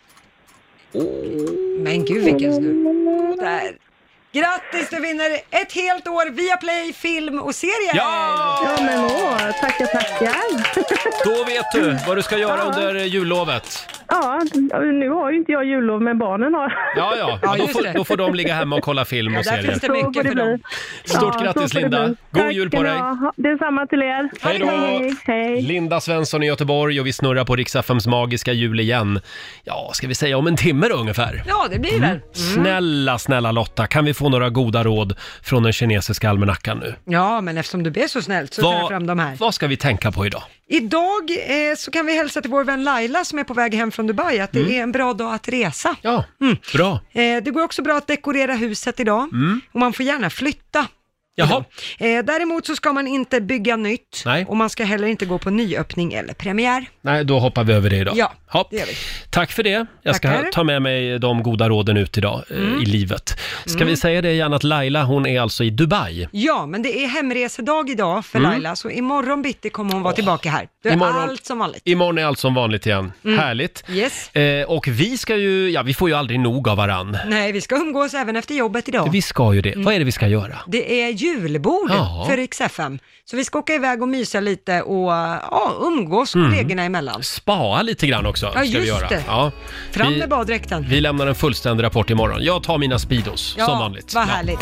Men gud, vilken snurr. Där. Grattis, du vinner ett helt år via Play, film och serier. Ja, men tackar. Då vet du vad du ska göra under jullovet. Ja, nu har ju inte jag jullov, men barnen har. Ja, då får de ligga hemma och kolla film och där serier. finns det mycket för dem. Stort grattis Linda. God jul på dig. Det är samma till er. Hej då. Hej. Linda Svensson i Göteborg och vi snurrar på Rix FMs magiska jul igen. Ja, ska vi säga om en timme då ungefär? Ja, det blir väl. Snälla Lotta, kan vi få några goda råd från den kinesiska almanackan nu? Ja, men eftersom du är så snällt så tar jag fram de här. Vad ska vi tänka på idag? Idag så kan vi hälsa till vår vän Laila som är på väg hem från Dubai att det är en bra dag att resa. Ja, bra. Det går också bra att dekorera huset idag och man får gärna flytta. Jaha. Däremot så ska man inte bygga nytt. Nej. Och man ska heller inte gå på nyöppning eller premiär. Nej, då hoppar vi över det idag. Ja, Hopp. det gör vi. Tack för det. Jag ska Tackar. ta med mig de goda råden ut idag i livet. Ska vi säga det igen att Laila, hon är alltså i Dubai? Ja, men det är hemresedag idag för Laila, så imorgon bitti kommer hon vara tillbaka här. Det är allt som vanligt. Imorgon är allt som vanligt igen. Härligt. Yes. Och vi ska ju, vi får ju aldrig nog av varann. Nej, vi ska umgås även efter jobbet idag. Vi ska ju det. Vad är det vi ska göra? Det är julbord för Rix FM. Så vi ska åka iväg och mysa lite och umgås kollegorna emellan. Spaa lite grann också ska vi göra. Det. Ja. Fram med baddräkten. Vi lämnar en fullständig rapport imorgon. Jag tar mina Speedos som vanligt. Vad härligt.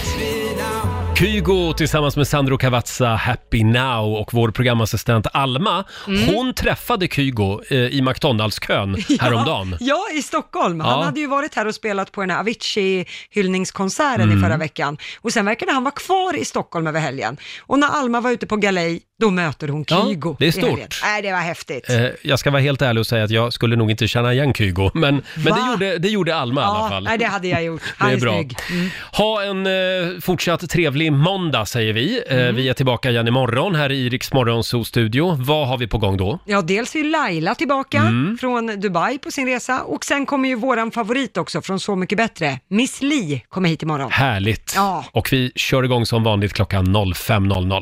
Kygo tillsammans med Sandro Cavazza, Happy Now, och vår programassistent Alma, hon träffade Kygo i McDonalds-kön häromdagen. Ja, i Stockholm. Han hade ju varit här och spelat på den här Avicii-hyllningskonserten i förra veckan. Och sen verkade han vara kvar i Stockholm över helgen. Och när Alma var ute på galej, då möter hon Kygo. Ja, det är stort. Nej, det var häftigt. Jag ska vara helt ärlig och säga att jag skulle nog inte känna igen Kygo, men det gjorde Alma i alla fall. Nej, det hade jag gjort. Han är bra. snygg. Ha en fortsatt trevlig måndag, säger vi. Vi är tillbaka igen imorgon här i Rix Morgonzoo-studio. Vad har vi på gång då? Ja, dels är ju Laila tillbaka från Dubai på sin resa, och sen kommer ju våran favorit också från Så mycket bättre. Miss Li kommer hit imorgon. Härligt. Ja. Och vi kör igång som vanligt klockan 05.00.